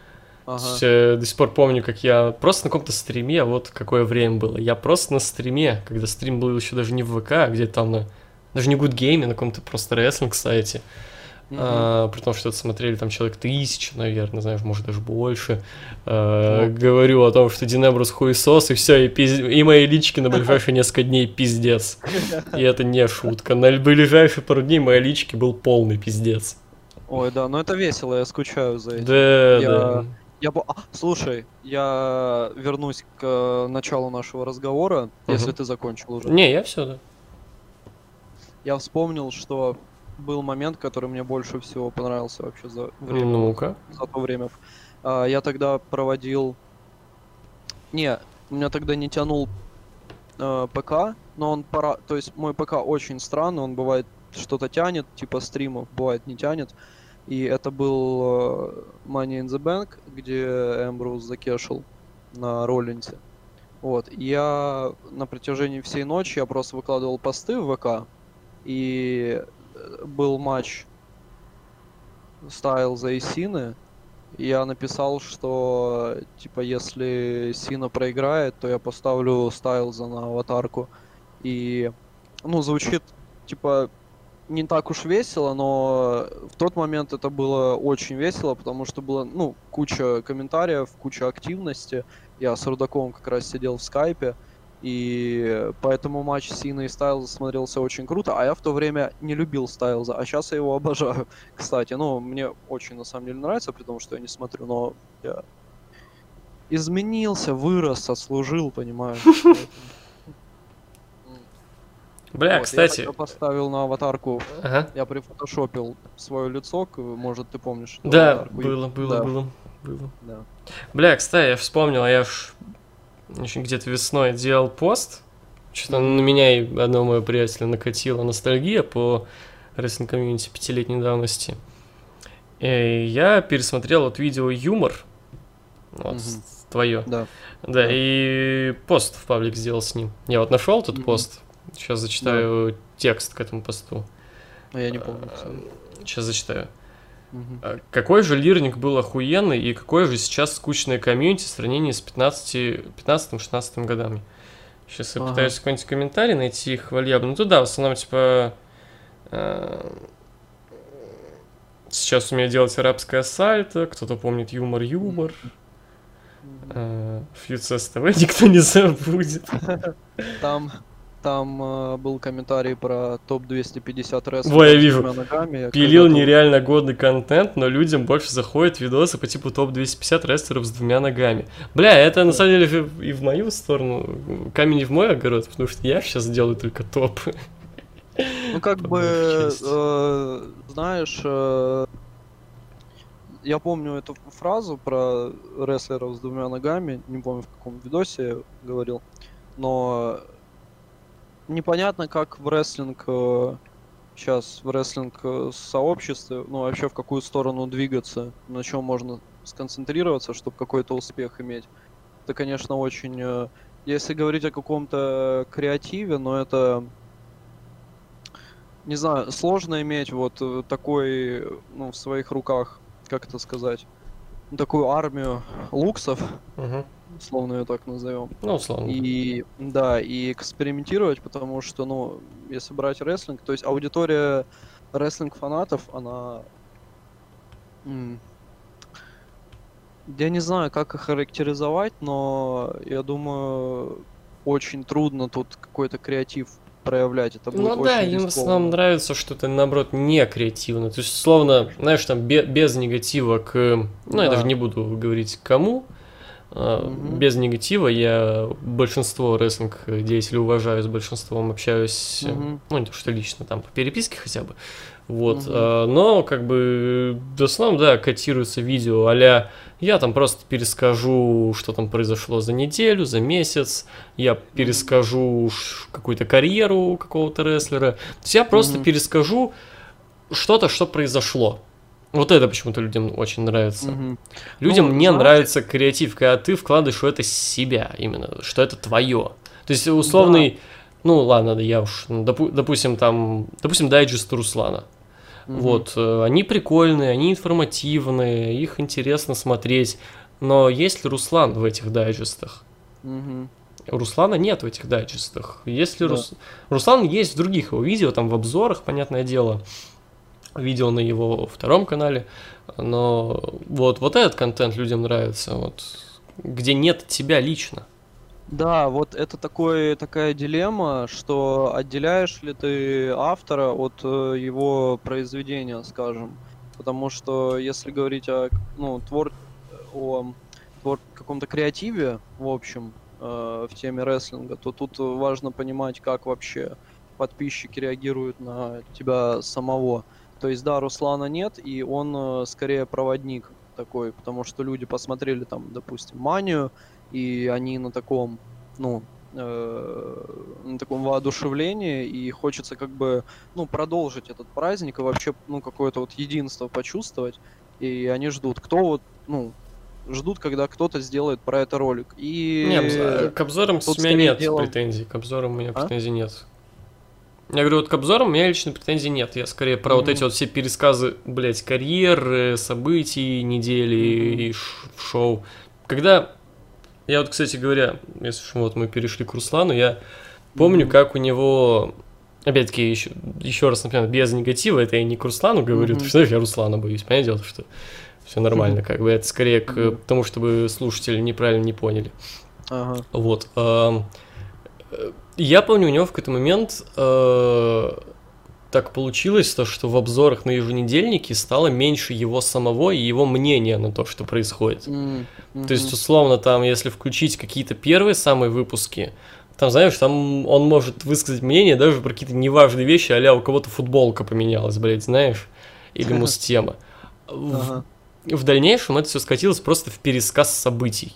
Ага. То есть, э, до сих пор помню, как я просто на каком-то стриме, вот какое время было. Я просто на стриме, когда стрим был еще даже не в ВК, а где-то там на... Даже не Good Game, на каком-то просто рестлинг-сайте. Mm-hmm. А, при том, что это смотрели там человек тысяча, наверное, знаешь, может даже больше. А, oh. Говорю о том, что Динебрус хуесос, и все, и, пиз... и мои лички на ближайшие несколько дней пиздец. И это не шутка. На ближайшие пару дней мои лички был полный пиздец. Ой, да, но это весело, я скучаю за этим. Да, я... да. Я... А, слушай, я вернусь к началу нашего разговора, uh-huh. если ты закончил уже. Не, я все, да. Я вспомнил, что был момент, который мне больше всего понравился вообще за время. Ну-ка. За то время. А, я тогда проводил... Не, у меня тогда не тянул э, ПК, но он пора... То есть мой ПК очень странный, он бывает что-то тянет, типа стримов, бывает не тянет. И это был э, Money in the Bank, где Эмброуз закешил на Роллинсе. Вот. И я на протяжении всей ночи я просто выкладывал посты в ВК. И был матч Стайлза и Сины. Я написал, что типа если Сина проиграет, то я поставлю Стайлза на аватарку. И ну звучит типа не так уж весело, но в тот момент это было очень весело, потому что было ну куча комментариев, куча активности. Я с Рудаковым как раз сидел в скайпе. И поэтому матч Сина и Стайлза смотрелся очень круто, а я в то время не любил Стайлза, а сейчас я его обожаю, кстати. Ну, мне очень на самом деле нравится, при том, что я не смотрю, но я изменился, вырос, отслужил, понимаешь. Бля, вот, кстати... Я поставил на аватарку, ага. я прифотошопил свое лицо, может, ты помнишь? Да, аватарку. было, было, да. было, было. Да. Бля, кстати, я вспомнил, я ж... Еще где-то весной делал пост. Что-то mm-hmm. на меня и одного моего приятеля накатила ностальгия по рестлинг-комьюнити пятилетней давности. И я пересмотрел вот видео «Юмор». Вот, mm-hmm. твое. Да. Да, yeah. и пост в паблик сделал с ним. Я вот нашел этот mm-hmm. пост. Сейчас зачитаю yeah. текст к этому посту. А я не помню. Сейчас зачитаю. Uh-huh. Какой же лирник был охуенный и какое же сейчас скучное комьюнити в сравнении с пятнадцатым-шестнадцатым годами. Сейчас я uh-huh. пытаюсь какой-нибудь комментарий найти хвалебный. Ну туда в основном типа э, сейчас умею делать арабское сальто, кто-то помнит юмор-юмор. Uh-huh. Фьюцес ТВ никто не забудет. Там Там э, был комментарий про топ двести пятьдесят рестлеров. Во, я вижу. Ногами. Пилил нереально годный контент, но людям больше заходят видосы по типу топ двести пятьдесят рестлеров с двумя ногами. Бля, это на самом деле и в мою сторону. Камень не в мой огород, потому что я сейчас делаю только топ. Ну как бы, э, знаешь, э, я помню эту фразу про рестлеров с двумя ногами, не помню в каком видосе я говорил, но непонятно, как в рестлинг э, сейчас в рестлинг э, сообществе, ну вообще в какую сторону двигаться, на чем можно сконцентрироваться, чтобы какой-то успех иметь. Это, конечно, очень, э, если говорить о каком-то креативе, но это, не знаю, сложно иметь вот такой, ну в своих руках, как это сказать, такую армию луксов. Uh-huh. Условно ее так назовем. Ну, условно. И да, и экспериментировать, потому что, ну, если брать рестлинг, то есть аудитория рестлинг-фанатов, она... М- я не знаю, как их характеризовать, но я думаю, очень трудно тут какой-то креатив проявлять. Это будет ну да, им в основном нравится, что это, наоборот, не креативно. То есть, условно, знаешь, там, без, без негатива к... Ну, да. Я даже не буду говорить к кому. Mm-hmm. Без негатива я большинство рестлинг-деятелей уважаю, с большинством общаюсь, mm-hmm. ну не то что лично, там по переписке хотя бы, вот, mm-hmm. а, но как бы в основном, да, котируется видео а-ля я там просто перескажу, что там произошло за неделю, за месяц, я перескажу mm-hmm. какую-то карьеру какого-то рестлера, то есть я просто mm-hmm. перескажу что-то, что произошло. Вот это почему-то людям очень нравится. Mm-hmm. Людям ну, не знаешь... нравится креатив, когда ты вкладываешь в это себя именно, что это твое. То есть условный, да. ну ладно, да я уж, допу- допустим там, допустим дайджест Руслана. Mm-hmm. Вот, э, они прикольные, они информативные, их интересно смотреть. но есть ли Руслан в этих дайджестах? Мгм. Руслана нет в этих дайджестах. Если Да. Рус... Руслан есть в других его видео, там в обзорах, понятное дело, видео на его втором канале, но вот, вот этот контент людям нравится, вот, где нет тебя лично. Да, вот это такой, такая дилемма, что отделяешь ли ты автора от э, его произведения, скажем. Потому что если говорить о, ну, твор... о твор... каком-то креативе, в общем, э, в теме рестлинга, то тут важно понимать, как вообще подписчики реагируют на тебя самого. То есть, да, Руслана нет, и он э, скорее проводник такой, потому что люди посмотрели там, допустим, Манию, и они на таком, ну, э, на таком воодушевлении, и хочется как бы, ну, продолжить этот праздник и вообще, ну, какое-то вот единство почувствовать, и они ждут, кто вот, ну, ждут, когда кто-то сделает про это ролик. Не, И к обзорам тут у меня скорее нет дело- претензий, к обзорам у меня А? претензий нет. Я говорю, вот к обзорам у меня лично претензий нет. Я скорее про вот Мгм. эти вот все пересказы, блядь, карьер, событий, недели Мгм. и ш- шоу. Когда, я вот, кстати говоря, если уж вот мы перешли к Руслану, я помню, Мгм. как у него, опять-таки, еще, еще раз, например, без негатива, это я не к Руслану говорю, Мгм. потому что я Руслана боюсь, понятное дело, что все нормально, как бы, это скорее к Мгм. тому, чтобы слушатели неправильно не поняли. Ага. Вот. ам, э, Я помню, у него в какой-то момент э, так получилось, то, что в обзорах на еженедельнике стало меньше его самого и его мнения на то, что происходит. М, То есть, мгм. условно, там, если включить какие-то первые самые выпуски, там, знаешь, там он может высказать мнение даже про какие-то неважные вещи, а-ля у кого-то футболка поменялась, блядь, знаешь, или муз-тема. В, Ага. в дальнейшем это все скатилось просто в пересказ событий.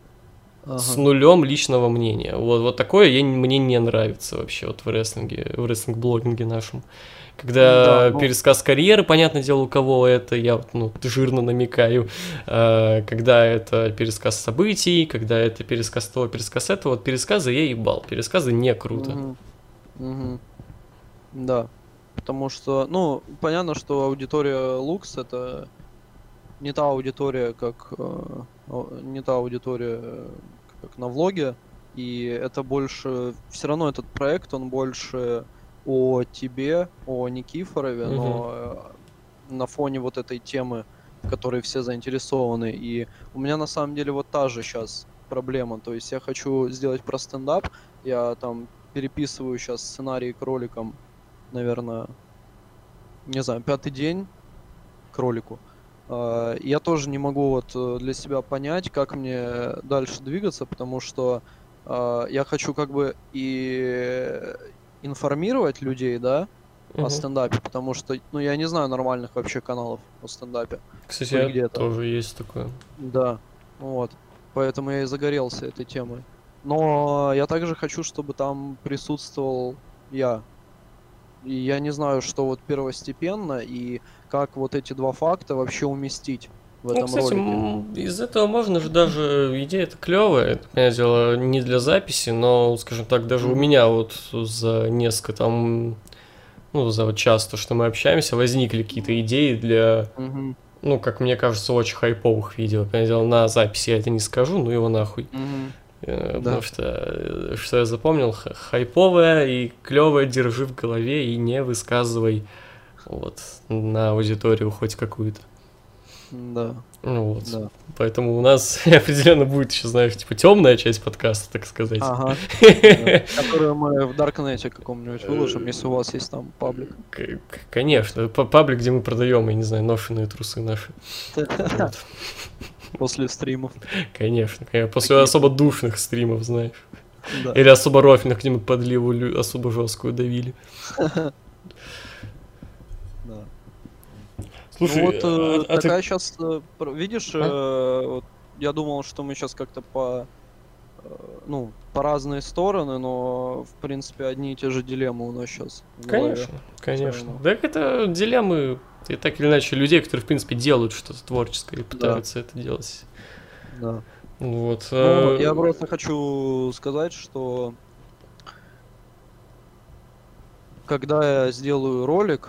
С Ага. нулем личного мнения. Вот, вот такое я, мне не нравится вообще вот в рестлинге, в рестлинг-блогинге нашем. Когда Да, ну- пересказ карьеры, понятное дело, у кого это, я вот, ну, жирно намекаю. А, когда это пересказ событий, когда это пересказ того, пересказ этого. Вот пересказы я ебал. Пересказы не круто. Мгм. Мгм. Да. Потому что, ну, понятно, что аудитория Лукс это не та аудитория, как э, о- не та аудитория, э, как на влоге, и это больше, все равно этот проект, он больше о тебе, о Никифорове, Мгм. но э, на фоне вот этой темы, в которой все заинтересованы. И у меня на самом деле вот та же сейчас проблема. То есть я хочу сделать про стендап, я там переписываю сейчас сценарий к роликам, наверное, не знаю, пятый день к ролику. А, Я тоже не могу вот э, для себя понять, как мне дальше двигаться, потому что а, я хочу как бы и информировать людей, да, о Мгм. стендапе, потому что, ну, я не знаю нормальных вообще каналов о стендапе. Кстати, Хоть я где-то. тоже есть такое. Да, вот. Поэтому я и загорелся этой темой. Но я также хочу, чтобы там присутствовал я. И я не знаю, что вот первостепенно и как вот эти два факта вообще уместить в Ну, этом кстати, ролике. м, из этого можно же даже, идея это клевая, это, понятное дело, не для записи, но, скажем так, даже у Мгм. меня вот за несколько там, ну, за вот час, то, что мы общаемся, возникли какие-то идеи для, Мгм. ну, как мне кажется, очень хайповых видео. Понятное дело, на записи я это не скажу, ну его нахуй. Мгм. Э, Да. Потому что, э, что я запомнил, х- хайповое и клевое держи в голове и не высказывай вот на аудиторию хоть какую-то. Да, Ну вот. да. Поэтому у нас определенно будет еще, знаешь, типа темная часть подкаста, так сказать. Ага. Да. Которую мы в Даркнете каком-нибудь выложим, если у вас есть там паблик. К- к- Конечно, п- паблик, где мы продаем, я не знаю, ношеные трусы наши. Вот. После стримов. Конечно, конечно, после Такие- особо душных стримов, знаешь. Да. Или особо рофельных, где мы подливу лю- особо жесткую давили. Да. Слушай, Ну вот э, а- а ты- такая сейчас, видишь, э, вот я думал, что мы сейчас как-то по, э, ну, по разные стороны, но в принципе одни и те же дилеммы у нас сейчас. Конечно, конечно. равно. Так это дилеммы, и так или иначе, людей, которые, в принципе, делают что-то творческое и пытаются это делать. Да. Вот. Ну, э, я просто хочу сказать, что когда я сделаю ролик,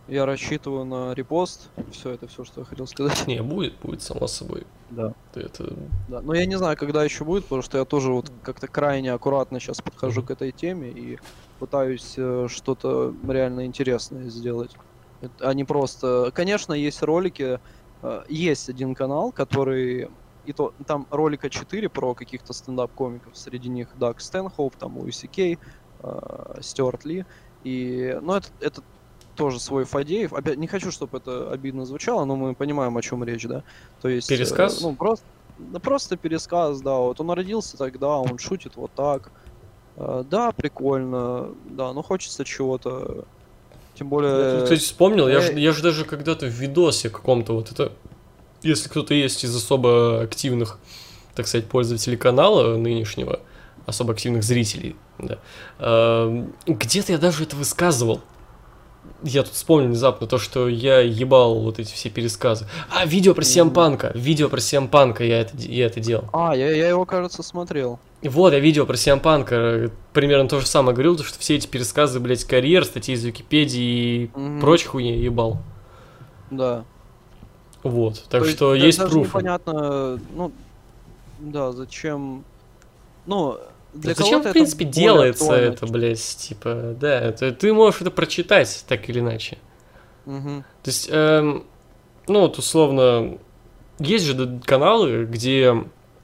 Я рассчитываю на репост. Все, это все, что я хотел сказать. Не, будет, будет, само собой. Да. Это... Да. Но я не знаю, когда еще будет, потому что я тоже вот как-то крайне аккуратно сейчас подхожу Мгм. к этой теме и пытаюсь э, что-то реально интересное сделать. Это- а не просто... Конечно, есть ролики, э, есть один канал, который... И то, там ролика четыре про каких-то стендап-комиков, среди них Даг Стэнхоуп, там Луи Си Кей, э, Стюарт Ли. И, ну, это, это тоже свой Фадеев. Опять, не хочу, чтобы это обидно звучало, но мы понимаем, о чем речь, да? То есть, э, Пересказ? ну, просто, да, просто пересказ, да, вот он родился тогда, он шутит вот так. Э, да, прикольно, да, но хочется чего-то, тем Я более... тут, кстати, вспомнил, я же э, я ж даже когда-то в видосе каком-то вот это... Если кто-то есть из особо активных, так сказать, пользователей канала нынешнего, особо активных зрителей, да, эм, где-то я даже это высказывал. Я тут вспомнил внезапно то, что я ебал вот эти все пересказы. А, видео про Си Эм Мгм. Панка. Видео про Си Эм Панка я это, я это делал. А, я, я его, кажется, смотрел. Вот, я видео про Си Эм Панка э, примерно то же самое говорил, то, что все эти пересказы, блядь, карьер, статьи из Википедии и Мгм. прочей хуйни я ебал. Да. Вот, так То есть что да- есть даже пруфы. непонятно, ну, да, зачем... Ну, для Зачем, кого-то в принципе, это более делается актуально. это, блядь, типа, да, это, ты можешь это прочитать так или иначе. Мгм. То есть, эм, ну, вот условно, есть же д- каналы, где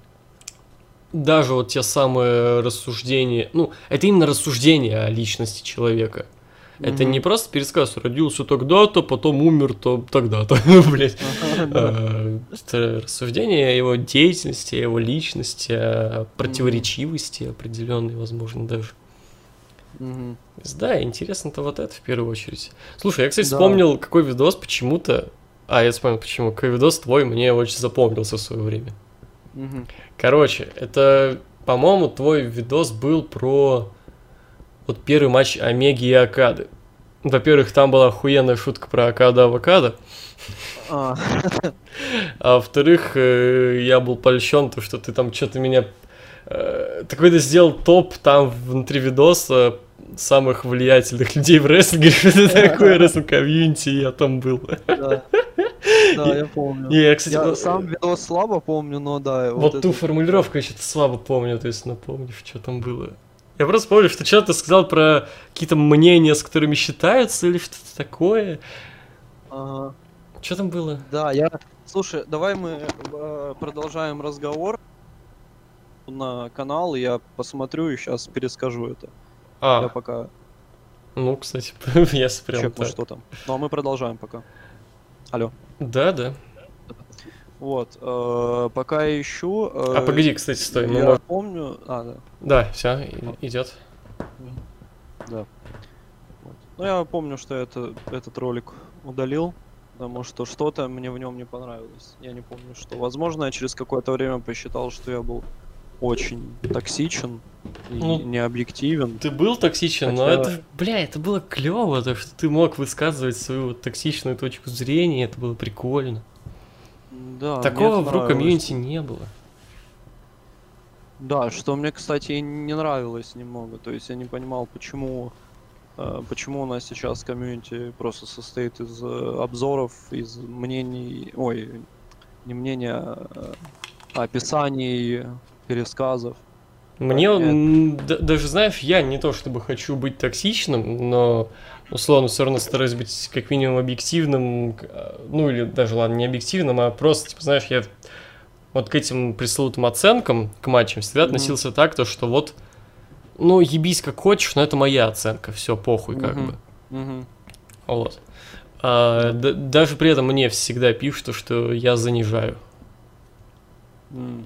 даже вот те самые рассуждения, ну, это именно рассуждения о личности человека. Это Мгм. не просто пересказ, родился тогда-то, потом умер то тогда-то, блядь. Ага, да. Э, Это рассуждение о его деятельности, о его личности, о противоречивости определенной, возможно, даже. Мгм. То есть, да, интересно-то вот это в первую очередь. Слушай, я, кстати, Да. вспомнил, какой видос почему-то... А, я вспомнил, почему. Какой видос твой мне очень запомнился в свое время. Мгм. Короче, это, по-моему, твой видос был про вот первый матч Омеги и Акады. Во-первых, там была охуенная шутка про Акада-авокадо. А, А во-вторых, э, я был польщен, то, что ты там что-то меня... э, Ты какой-то сделал топ там внутри видоса самых влиятельных людей в рестлинге. Что-то такое, рестлинг-комьюнити, я там был. да. Да, я помню. Не, я, кстати, Я вот, сам видос слабо помню, но да, вот вот ту это... формулировку я что-то слабо помню, то есть напомнишь, что там было. Я просто помню, что что-то сказал про какие-то мнения, с которыми считаются, или что-то такое. Ага. Что там было? Да, я... Слушай, давай мы э, продолжаем разговор на канал, и я посмотрю и сейчас перескажу это. Я А, пока ну, кстати, я прям чекну, так. что там. Ну, а мы продолжаем пока. Алло. Да, да. Вот, э, пока я ищу... э, А погоди, кстати, стой. Мы я мож- помню... А, да. Да, все, идет. Да. Вот. Ну, я помню, что это, этот ролик удалил, потому что что-то мне в нем не понравилось. Я не помню, что. Возможно, я через какое-то время посчитал, что я был очень токсичен и Ну, необъективен. Ты был токсичен, но Хотя- это, бля, это было клево, то, что ты мог высказывать свою вот токсичную точку зрения, это было прикольно. Да, мне Такого это в ру нравилось. комьюнити не было. Да, что мне, кстати, и не нравилось немного. То есть я не понимал, почему, э, почему у нас сейчас комьюнити просто состоит из э, обзоров, из мнений, ой, не мнения, а а описаний, пересказов. Мне, Да, нет. м, д- даже, знаешь, я не то чтобы хочу быть токсичным, но, условно, все равно стараюсь быть как минимум объективным, к- а, ну или даже, ладно, не объективным, а просто, типа, знаешь, я вот к этим пресловутым оценкам, к матчам всегда Мгм. относился так, то, что вот, ну, ебись как хочешь, но это моя оценка, все, похуй, как Мгм. бы. Мгм. Вот. А, д- даже при этом мне всегда пишут, то, что я занижаю. М.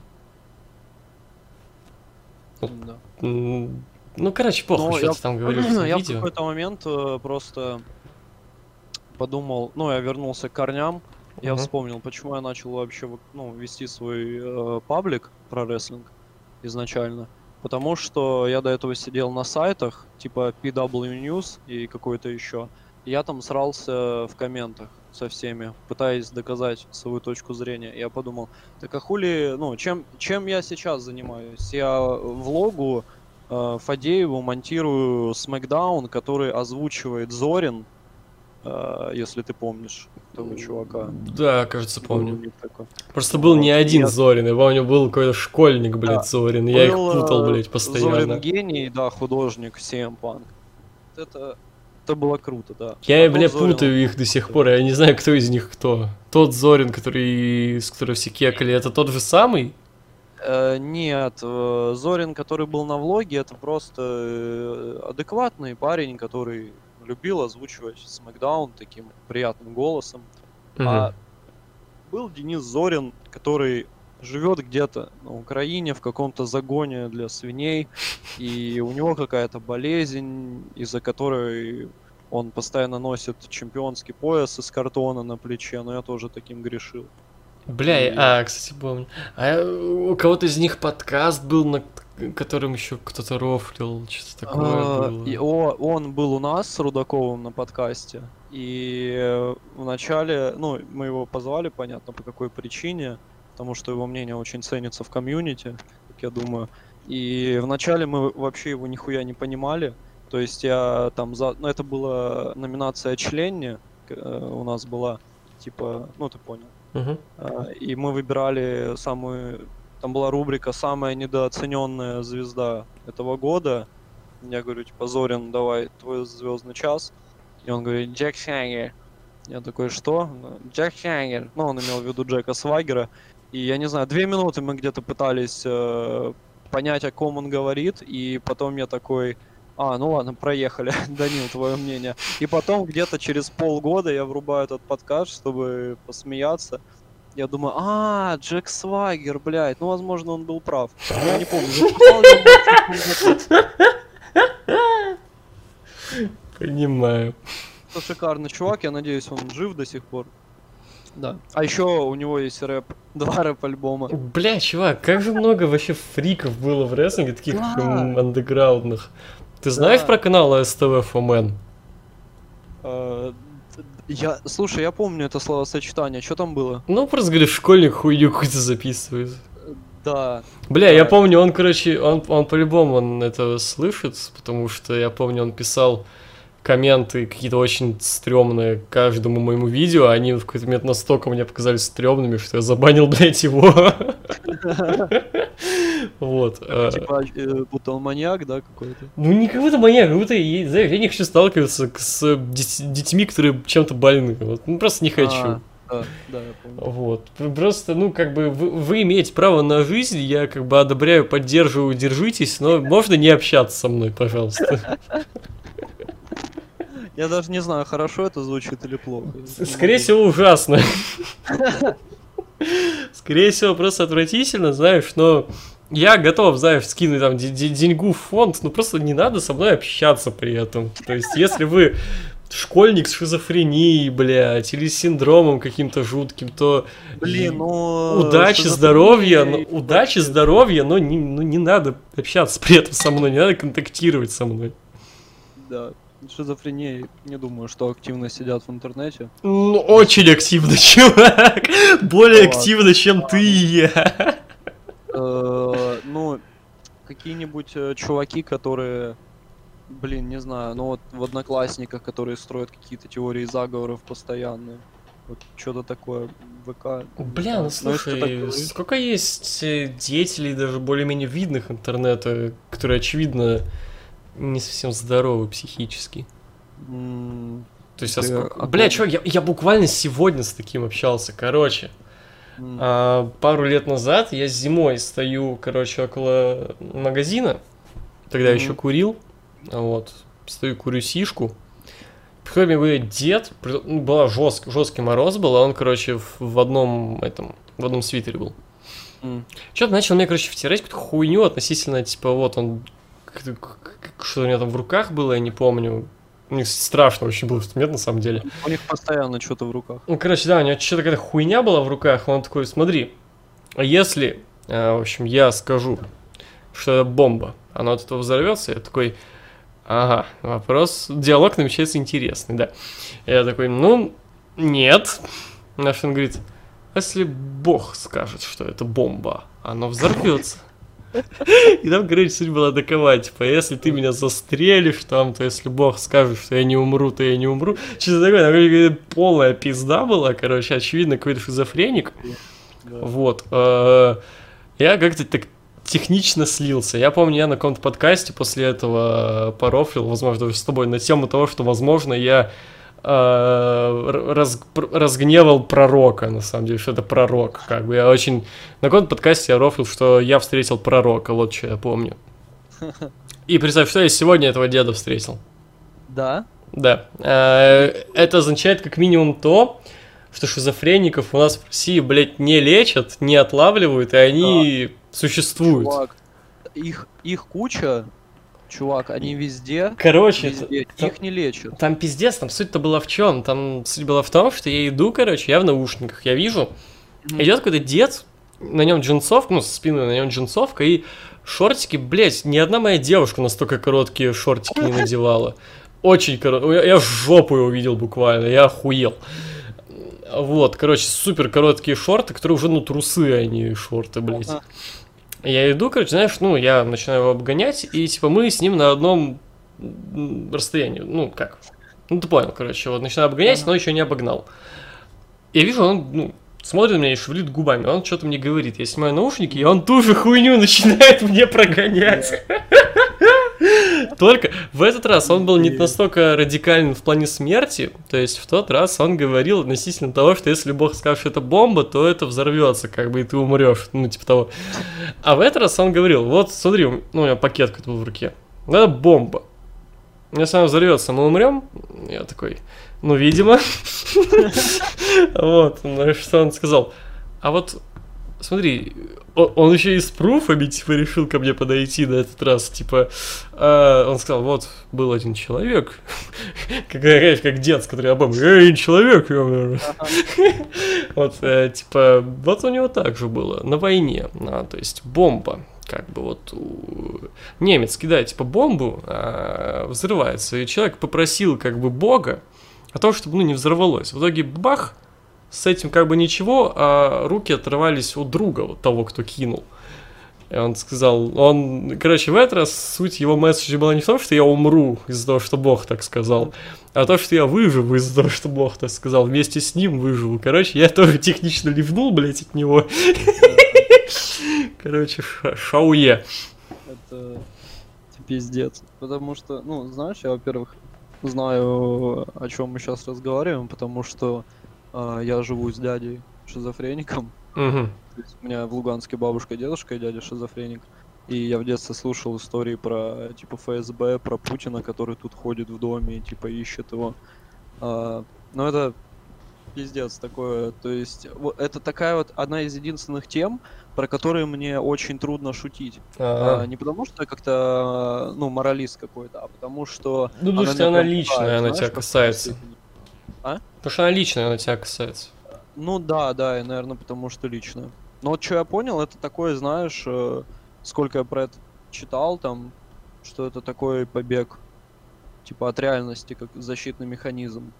Вот. Да. М, Ну, короче, похуй, Но что я- ты там говорил в этом Я в видео. какой-то момент э, просто подумал, ну, я вернулся к корням, я Мгм. вспомнил, почему я начал вообще вот, ну, вести свой э, паблик про рестлинг изначально. Потому что я до этого сидел на сайтах, типа пи дабл ю News и какой-то еще. И я там срался в комментах со всеми, пытаясь доказать свою точку зрения. Я подумал, так а хули, ну, чем, чем я сейчас занимаюсь? Я влогу э, Фадееву монтирую Смакдаун, который озвучивает Зорин, э, если ты помнишь того чувака. Да, кажется, Был помню. у них такой. Просто был не Вот, один я- Зорин, я помню, был какой-то школьник, блядь, Да. Зорин. Я их Был, путал, э, блядь, Зорин постоянно. гений, да, художник, си эм Punk. Это, это было круто, да. Я, А бля, тот Зорин, путаю их до сих пор, я не знаю, кто из них кто. Тот Зорин, который, с которым все кекали, это тот же самый? Э, нет, э, Зорин, который был на влоге, это просто э, адекватный парень, который любил озвучивать Смакдаун таким приятным голосом. А Мгм. был Денис Зорин, который живет где-то на Украине в каком-то загоне для свиней, и у него какая-то болезнь, из-за которой он постоянно носит чемпионский пояс из картона на плече, но я тоже таким грешил. Бля, И- а, кстати, помню. А у кого-то из них подкаст был, на котором еще кто-то рофлил, что-то такое А, было. и о- он был у нас с Рудаковым на подкасте, и э, вначале, ну, мы его позвали, понятно, по какой причине, потому что его мнение очень ценится в комьюнити, как я думаю. И вначале мы вообще его нихуя не понимали, то есть я там за... Ну, это была номинация «Членни», к- э, у нас была, типа, ну, ты понял. Мгм. А, И мы выбирали самую... Там была рубрика «Самая недооцененная звезда этого года». Я говорю, типа, Зорин, давай, твой звездный час. И он говорит, Джек Свагер. Я такой, что? Джек Свагер. Ну, он имел в виду Джека Свагера. И я не знаю, две минуты мы где-то пытались э, понять, о ком он говорит. И потом я такой, а, ну ладно, проехали. Данил, твое мнение. И потом где-то через полгода я врубаю этот подкаст, чтобы посмеяться. Я думаю, а, Джек Свагер, блядь, ну, возможно, он был прав. Я не помню, записал ли он вообще какой-то- Понимаю. Это шикарный чувак, я надеюсь, он жив до сих пор. Да. А еще у него есть рэп, два рэп-альбома. Бля, чувак, как же много вообще фриков было в рестлинге, таких Да. м, андеграундных. Ты знаешь Да. про канал эс тэ вэ for Men? Э, Я, слушай, я помню это словосочетание, что там было? Ну, просто, говоришь, школьник хуйню какую-то записывает. Да. Бля, я Да. помню, он, короче, он, он по-любому он это слышит, потому что я помню, он писал комменты какие-то очень стрёмные к каждому моему видео, а они в какой-то момент настолько мне показались стрёмными, что я забанил, блядь, его. Вот. э, Типа, э, будто он маньяк, да, какой-то? Ну, не как будто маньяк, как будто, я, знаешь, я не хочу сталкиваться к- с дет- детьми, которые чем-то больны. Вот. Ну, просто не хочу. А, Да, да, я помню. Вот. П- Просто, ну, как бы, вы, вы имеете право на жизнь, я как бы одобряю, поддерживаю, держитесь, но можно не общаться со мной, пожалуйста. Я даже не знаю, хорошо это звучит или плохо. Скорее всего, ужасно. Скорее всего, просто отвратительно, знаешь, но я готов, знаешь, скинуть там де- де- деньгу в фонд, но просто не надо со мной общаться при этом. То есть, если вы школьник с шизофренией, блядь, или с синдромом каким-то жутким, то Блин, ну... удачи, шизофрения здоровья, но, и удачи, вообще- здоровья, но не, ну, не надо общаться при этом со мной, не надо контактировать со мной. Да, шизофрения, не думаю, что активно сидят в интернете. Ну, очень активно, чувак. Более Ладно. активно, чем ты и я. Э, Ну, какие-нибудь э, чуваки, которые, блин, не знаю, ну вот в Одноклассниках, которые строят какие-то теории заговоров постоянно. Вот что-то такое в ВК. не Бля, знаю. ну Но если так слушай, говорить- сколько есть э, деятелей, даже более-менее видных интернета, которые, очевидно, не совсем здоровы психически. М, То есть, Ты а сколько- о бля, ком? чувак, я, я буквально сегодня с таким общался. Короче, м, а, пару лет назад я зимой стою, короче, около магазина. Тогда Мгм. еще курил. а Вот. Стою, курю сишку. Приходит мне говорит, дед, при- ну, была жест, жесткий мороз был, а он, короче, в, в одном этом, в одном свитере был. м. Что-то начал мне, короче, втирать какую-то хуйню относительно, типа, вот он, как-то, к- к- что у него там в руках было, я не помню. Мне страшно очень было в тот момент, на самом деле. У них постоянно что-то в руках. Ну, короче, да, у него что-то какая-то хуйня была в руках, он такой, смотри, а если, э, в общем, я скажу, что это бомба, она от этого взорвется, я такой, ага, вопрос, диалог намечается интересный, да. Я такой, ну, нет. На что он говорит, а если Бог скажет, что это бомба, оно взорвется. И там, короче, суть была такова, типа, если ты меня застрелишь там, то если Бог скажет, что я не умру, то я не умру. Что-то такое, там, короче, полная пизда была, короче, очевидно, какой-то шизофреник. Вот. Я как-то так технично слился. Я помню, я на каком-то подкасте после этого порофлил, возможно, с тобой, на тему того, что, возможно, я Раз, разгневал пророка, на самом деле, что это пророк, как бы, я очень, на каком-то подкасте я рофлил, что я встретил пророка, вот что я помню. И представь, что я сегодня этого деда встретил. Да? Да. Это означает как минимум то, что шизофреников у нас в России, блядь, не лечат, не отлавливают, и они да. существуют. Чувак, их, их куча... Чувак, они везде, короче, везде. Там, их не лечат. Там пиздец, там суть-то была в чем? Там суть была в том, что я иду, короче, я в наушниках, я вижу, mm-hmm. идет какой-то дед, на нем джинсовка, ну, со спины на нем джинсовка, и шортики, блять, ни одна моя девушка настолько короткие шортики не надевала. Очень короткие, я, я жопу его увидел буквально, я охуел. Вот, короче, супер короткие шорты, которые уже, ну, трусы, а не шорты, блять. Uh-huh. Я иду, короче, знаешь, ну, я начинаю его обгонять, и, типа, мы с ним на одном расстоянии, ну, как, ну, ты понял, короче, вот, начинаю обгонять, uh-huh. но еще не обогнал. Я вижу, он, ну, смотрит на меня и шевелит губами, он что-то мне говорит, я снимаю наушники, и он ту же хуйню начинает мне прогонять. Только в этот раз он был не настолько радикален в плане смерти, то есть в тот раз он говорил относительно того, что если Бог скажет, что это бомба, то это взорвется, как бы, и ты умрешь, ну, типа того. А в этот раз он говорил, вот, смотри, ну, у меня пакет какой-то был в руке, это бомба. Если она взорвется, мы умрем? Я такой, ну, видимо. Вот, что он сказал. А вот, смотри, он еще и с пруфами, типа, решил ко мне подойти на этот раз, типа, э, он сказал, вот, был один человек, как, как дед, с которым я помню, один человек, вот, э, типа, вот у него так же было, на войне, а, то есть бомба, как бы вот у... немец кидает, типа, бомбу, а, взрывается, и человек попросил, как бы, Бога о том, чтобы, ну, не взорвалось, в итоге бах, с этим как бы ничего, а руки отрывались у друга, вот того, кто кинул. И он сказал, он, короче, в этот раз суть его месседжа была не в том, что я умру из-за того, что Бог так сказал, а то, что я выживу из-за того, что Бог так сказал, вместе с ним выживу. Короче, я тоже технично ливнул, блядь, от него. Короче, шауе. Это пиздец. Потому что, ну, знаешь, я, во-первых, знаю, о чем мы сейчас разговариваем, потому что я живу с дядей шизофреником. Uh-huh. То есть у меня в Луганске бабушка, дедушка и дядя шизофреник. И я в детстве слушал истории про, типа, эф эс бэ, про Путина, который тут ходит в доме и, типа, ищет его. А, но это пиздец такое. То есть вот, это такая вот одна из единственных тем, про которые мне очень трудно шутить. Uh-huh. А, не потому что я как-то, ну, моралист какой-то, а потому что... Ну, потому что она личная, она тебя касается. А? Потому что она личная, она тебя касается. Ну да, да, и, наверное, потому что лично. Но вот что я понял, это такое, знаешь, э, сколько я про это читал, там, что это такой побег, типа, от реальности, как защитный механизм,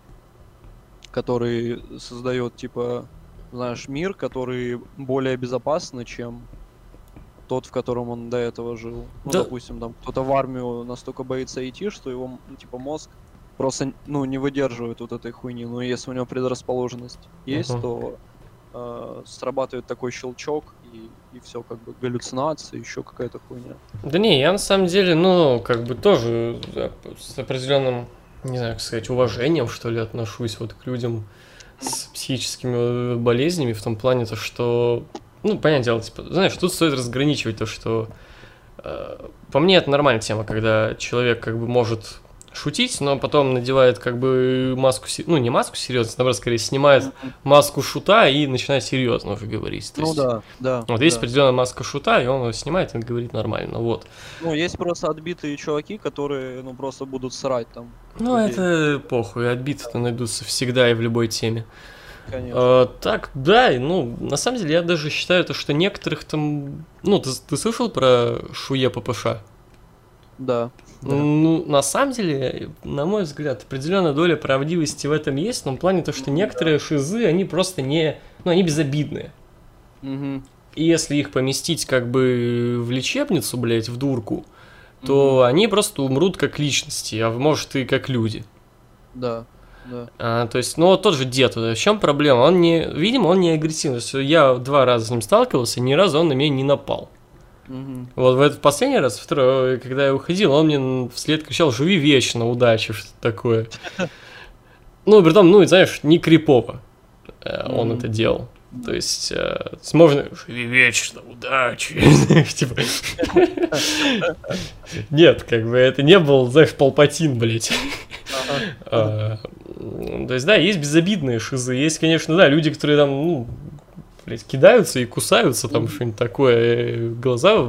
который создает, типа, знаешь, мир, который более безопасный, чем тот, в котором он до этого жил. Ну, да. Допустим, там, кто-то в армию настолько боится идти, что его, типа, мозг просто, ну, не выдерживает вот этой хуйни. Но если у него предрасположенность есть, uh-huh. то э, срабатывает такой щелчок, и, и все, как бы, галлюцинации, еще какая-то хуйня. Да не, я на самом деле, ну, как бы тоже с определенным, не знаю, как сказать, уважением, что ли, отношусь вот к людям с психическими болезнями, в том плане, то, что, ну, понятное дело, типа, знаешь, тут стоит разграничивать то, что э, по мне это нормальная тема, когда человек, как бы, может шутить, но потом надевает, как бы, маску, ну, не маску серьезно, наоборот, скорее снимает маску шута и начинает серьезно уже говорить. То ну есть, да, да. Вот да. есть определенная маска шута, и он его снимает и говорит нормально, вот. Ну, есть просто отбитые чуваки, которые, ну, просто будут срать там. Ну, людей. Это похуй, отбитые-то найдутся всегда и в любой теме. Конечно. А, так, да, ну, на самом деле, я даже считаю, то, что некоторых там... Ну, ты, ты слышал про Шуе ППШ? Да. Да. Ну, на самом деле, на мой взгляд, определенная доля правдивости в этом есть, но в плане то, что некоторые шизы, они просто не... Ну, они безобидные. Угу. И если их поместить как бы в лечебницу, блядь, в дурку, то mm-hmm. они просто умрут как личности, а может и как люди. Да, да. А, то есть, ну вот тот же дед, в чем проблема? Он не, видимо, он не агрессивный. Я два раза с ним сталкивался, ни разу он на меня не напал. Mm-hmm. Вот в этот последний раз, второй, когда я уходил, он мне вслед кричал: «Живи вечно, удачи», что-то такое. Ну, при том, ну, знаешь, не крипово он это делал. То есть, э, можно... Живи вечно, удачи. Типа... Нет, как бы это не был, знаешь, Палпатин, блядь. То есть, да, есть безобидные шизы. Есть, конечно, да, люди, которые там, ну, блядь, кидаются и кусаются, там что-нибудь такое, глаза,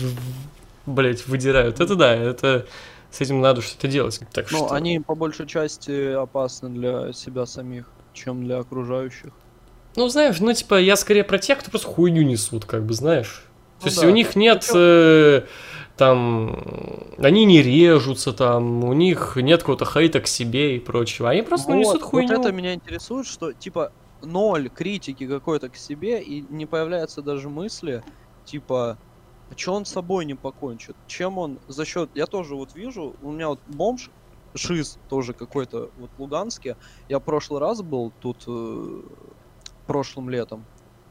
блядь, выдирают. Это да, это... С этим надо что-то делать. Так ну, что... они по большей части опасны для себя самих, чем для окружающих. Ну, знаешь, ну, типа, я скорее про тех, кто просто хуйню несут, как бы, знаешь. Ну, то есть да. у них нет, э, там, они не режутся, там, у них нет какого-то хейта к себе и прочего. Они просто вот, ну, несут хуйню. Вот это меня интересует, что, типа, ноль критики какой-то к себе, и не появляются даже мысли, типа... Че он с собой не покончит? Чем он за счет... Я тоже вот вижу, у меня вот бомж, шиз тоже какой-то вот в Луганске. Я в прошлый раз был тут э, прошлым летом,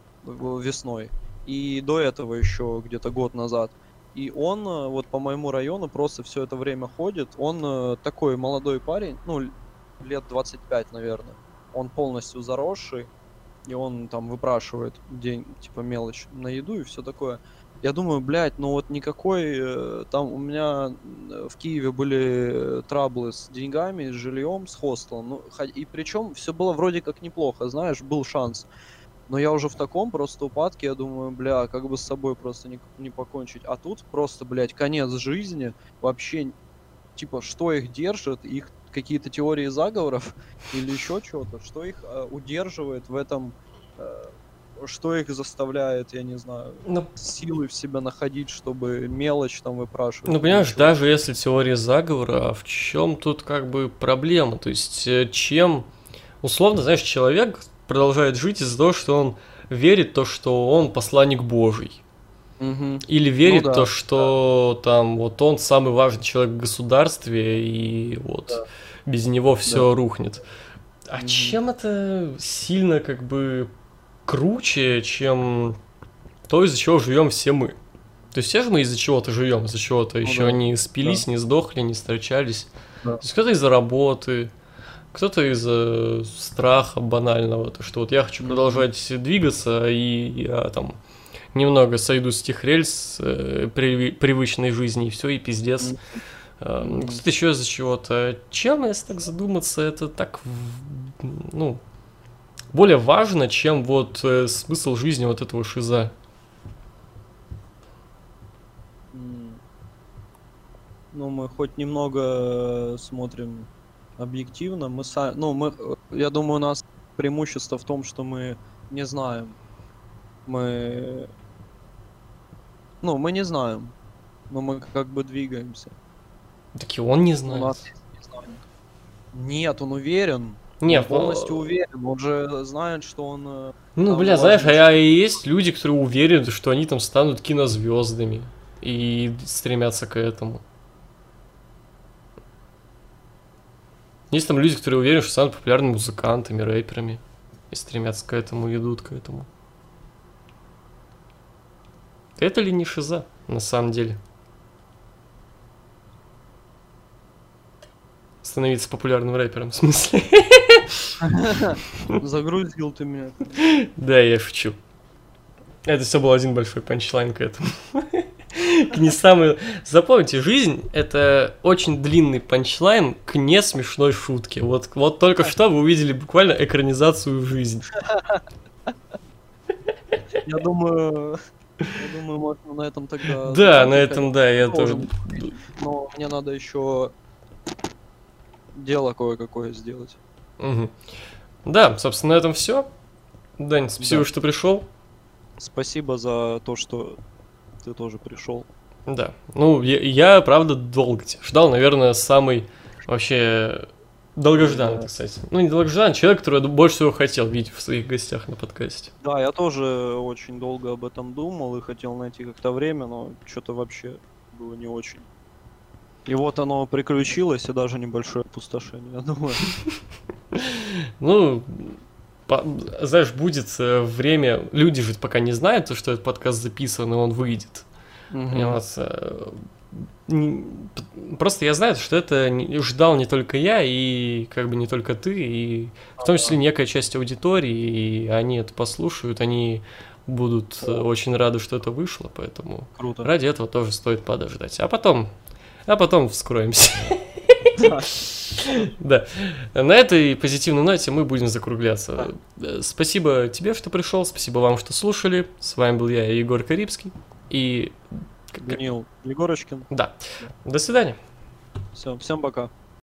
весной. И до этого еще где-то год назад. И он э, вот по моему району просто все это время ходит. Он э, такой молодой парень, ну, лет двадцать пять, наверное. Он полностью заросший. И он там выпрашивает день, типа, мелочь на еду и все такое. Я думаю, блядь, ну вот никакой... Э, там у меня в Киеве были траблы с деньгами, с жильем, с хостелом. Ну, и причем все было вроде как неплохо, знаешь, был шанс. Но я уже в таком просто упадке, я думаю, бля, как бы с собой просто не, не покончить. А тут просто, блядь, конец жизни. Вообще, типа, что их держит, их какие-то теории заговоров или еще что-то, что их э, удерживает в этом... Э, что их заставляет, я не знаю, ну, силы в себя находить, чтобы мелочь там выпрашивать. Ну, понимаешь, ничего. Даже если теория заговора, а в чем тут как бы проблема? То есть, чем, условно, знаешь, человек продолжает жить из-за того, что он верит в то, что он посланник Божий. Угу. Или верит в ну, да, то, что да. там вот он самый важный человек в государстве, и вот да. без него все да. рухнет. А угу. чем это сильно как бы... круче, чем то, из-за чего живем все мы. То есть все же мы из-за чего-то живем, из-за чего-то ну, еще да. не спились, да. не сдохли, не встречались. Да. То есть кто-то из-за работы, кто-то из-за страха банального, то что вот я хочу mm-hmm. продолжать двигаться, и я там немного сойду с тех рельс э, при, привычной жизни, и все, и пиздец. Mm-hmm. Кто-то еще из-за чего-то. Чем, если так задуматься, это так, ну... более важно, чем вот э, смысл жизни вот этого шиза. Ну, мы хоть немного смотрим объективно. Мы сами, ну, мы, я думаю, у нас преимущество в том, что мы не знаем. Мы, ну, мы не знаем, но мы как бы двигаемся. Так и он не знает. У нас есть незнание. Нет, он уверен. Нет, он полностью уверен, он же знает, что он... Ну, бля, знаешь, а и есть люди, которые уверены, что они там станут кинозвездами и стремятся к этому. Есть там люди, которые уверены, что станут популярными музыкантами, рэперами и стремятся к этому, идут к этому. Это ли не шиза, на самом деле? Становиться популярным рэпером, в смысле? Загрузил ты меня. Да, я шучу. Это все был один большой панчлайн к этому. К не самой... Запомните, жизнь — это очень длинный панчлайн к не смешной шутке. Вот, вот только что вы увидели буквально экранизацию жизни. Я думаю... Я думаю, можно на этом тогда... Да, на этом, да, я тоже... Но мне надо еще дело кое-какое сделать. Угу. Да, собственно, на этом все. Дань, спасибо, да. что пришел. Спасибо за то, что ты тоже пришел. Да. Ну, я, я правда долго тебя ждал. Наверное, самый вообще Долгожданный, Да. кстати. Ну, не долгожданный, человек, который я больше всего хотел видеть в своих гостях на подкасте. Да, я тоже очень долго об этом думал и хотел найти как-то время, но что-то вообще было не очень. И вот оно приключилось, и даже небольшое опустошение, я думаю. Ну, по- знаешь, будет э, время... Люди же пока не знают, то, что этот подкаст записан, и он выйдет. И Мгм. вот, э, не- п- просто я знаю, что это не- ждал не только я, и как бы не только ты, и в том числе некая часть аудитории, и они это послушают, они будут э, очень рады, что это вышло, поэтому Круто. ради этого тоже стоит подождать. А потом, а потом вскроемся. Да. Да. На этой позитивной ноте мы будем закругляться. Э, Спасибо тебе, что пришел, спасибо вам, что слушали. С вами был я, Егор Карибский. И... Даниил Егорочкин. Да. До свидания. Все, всем пока.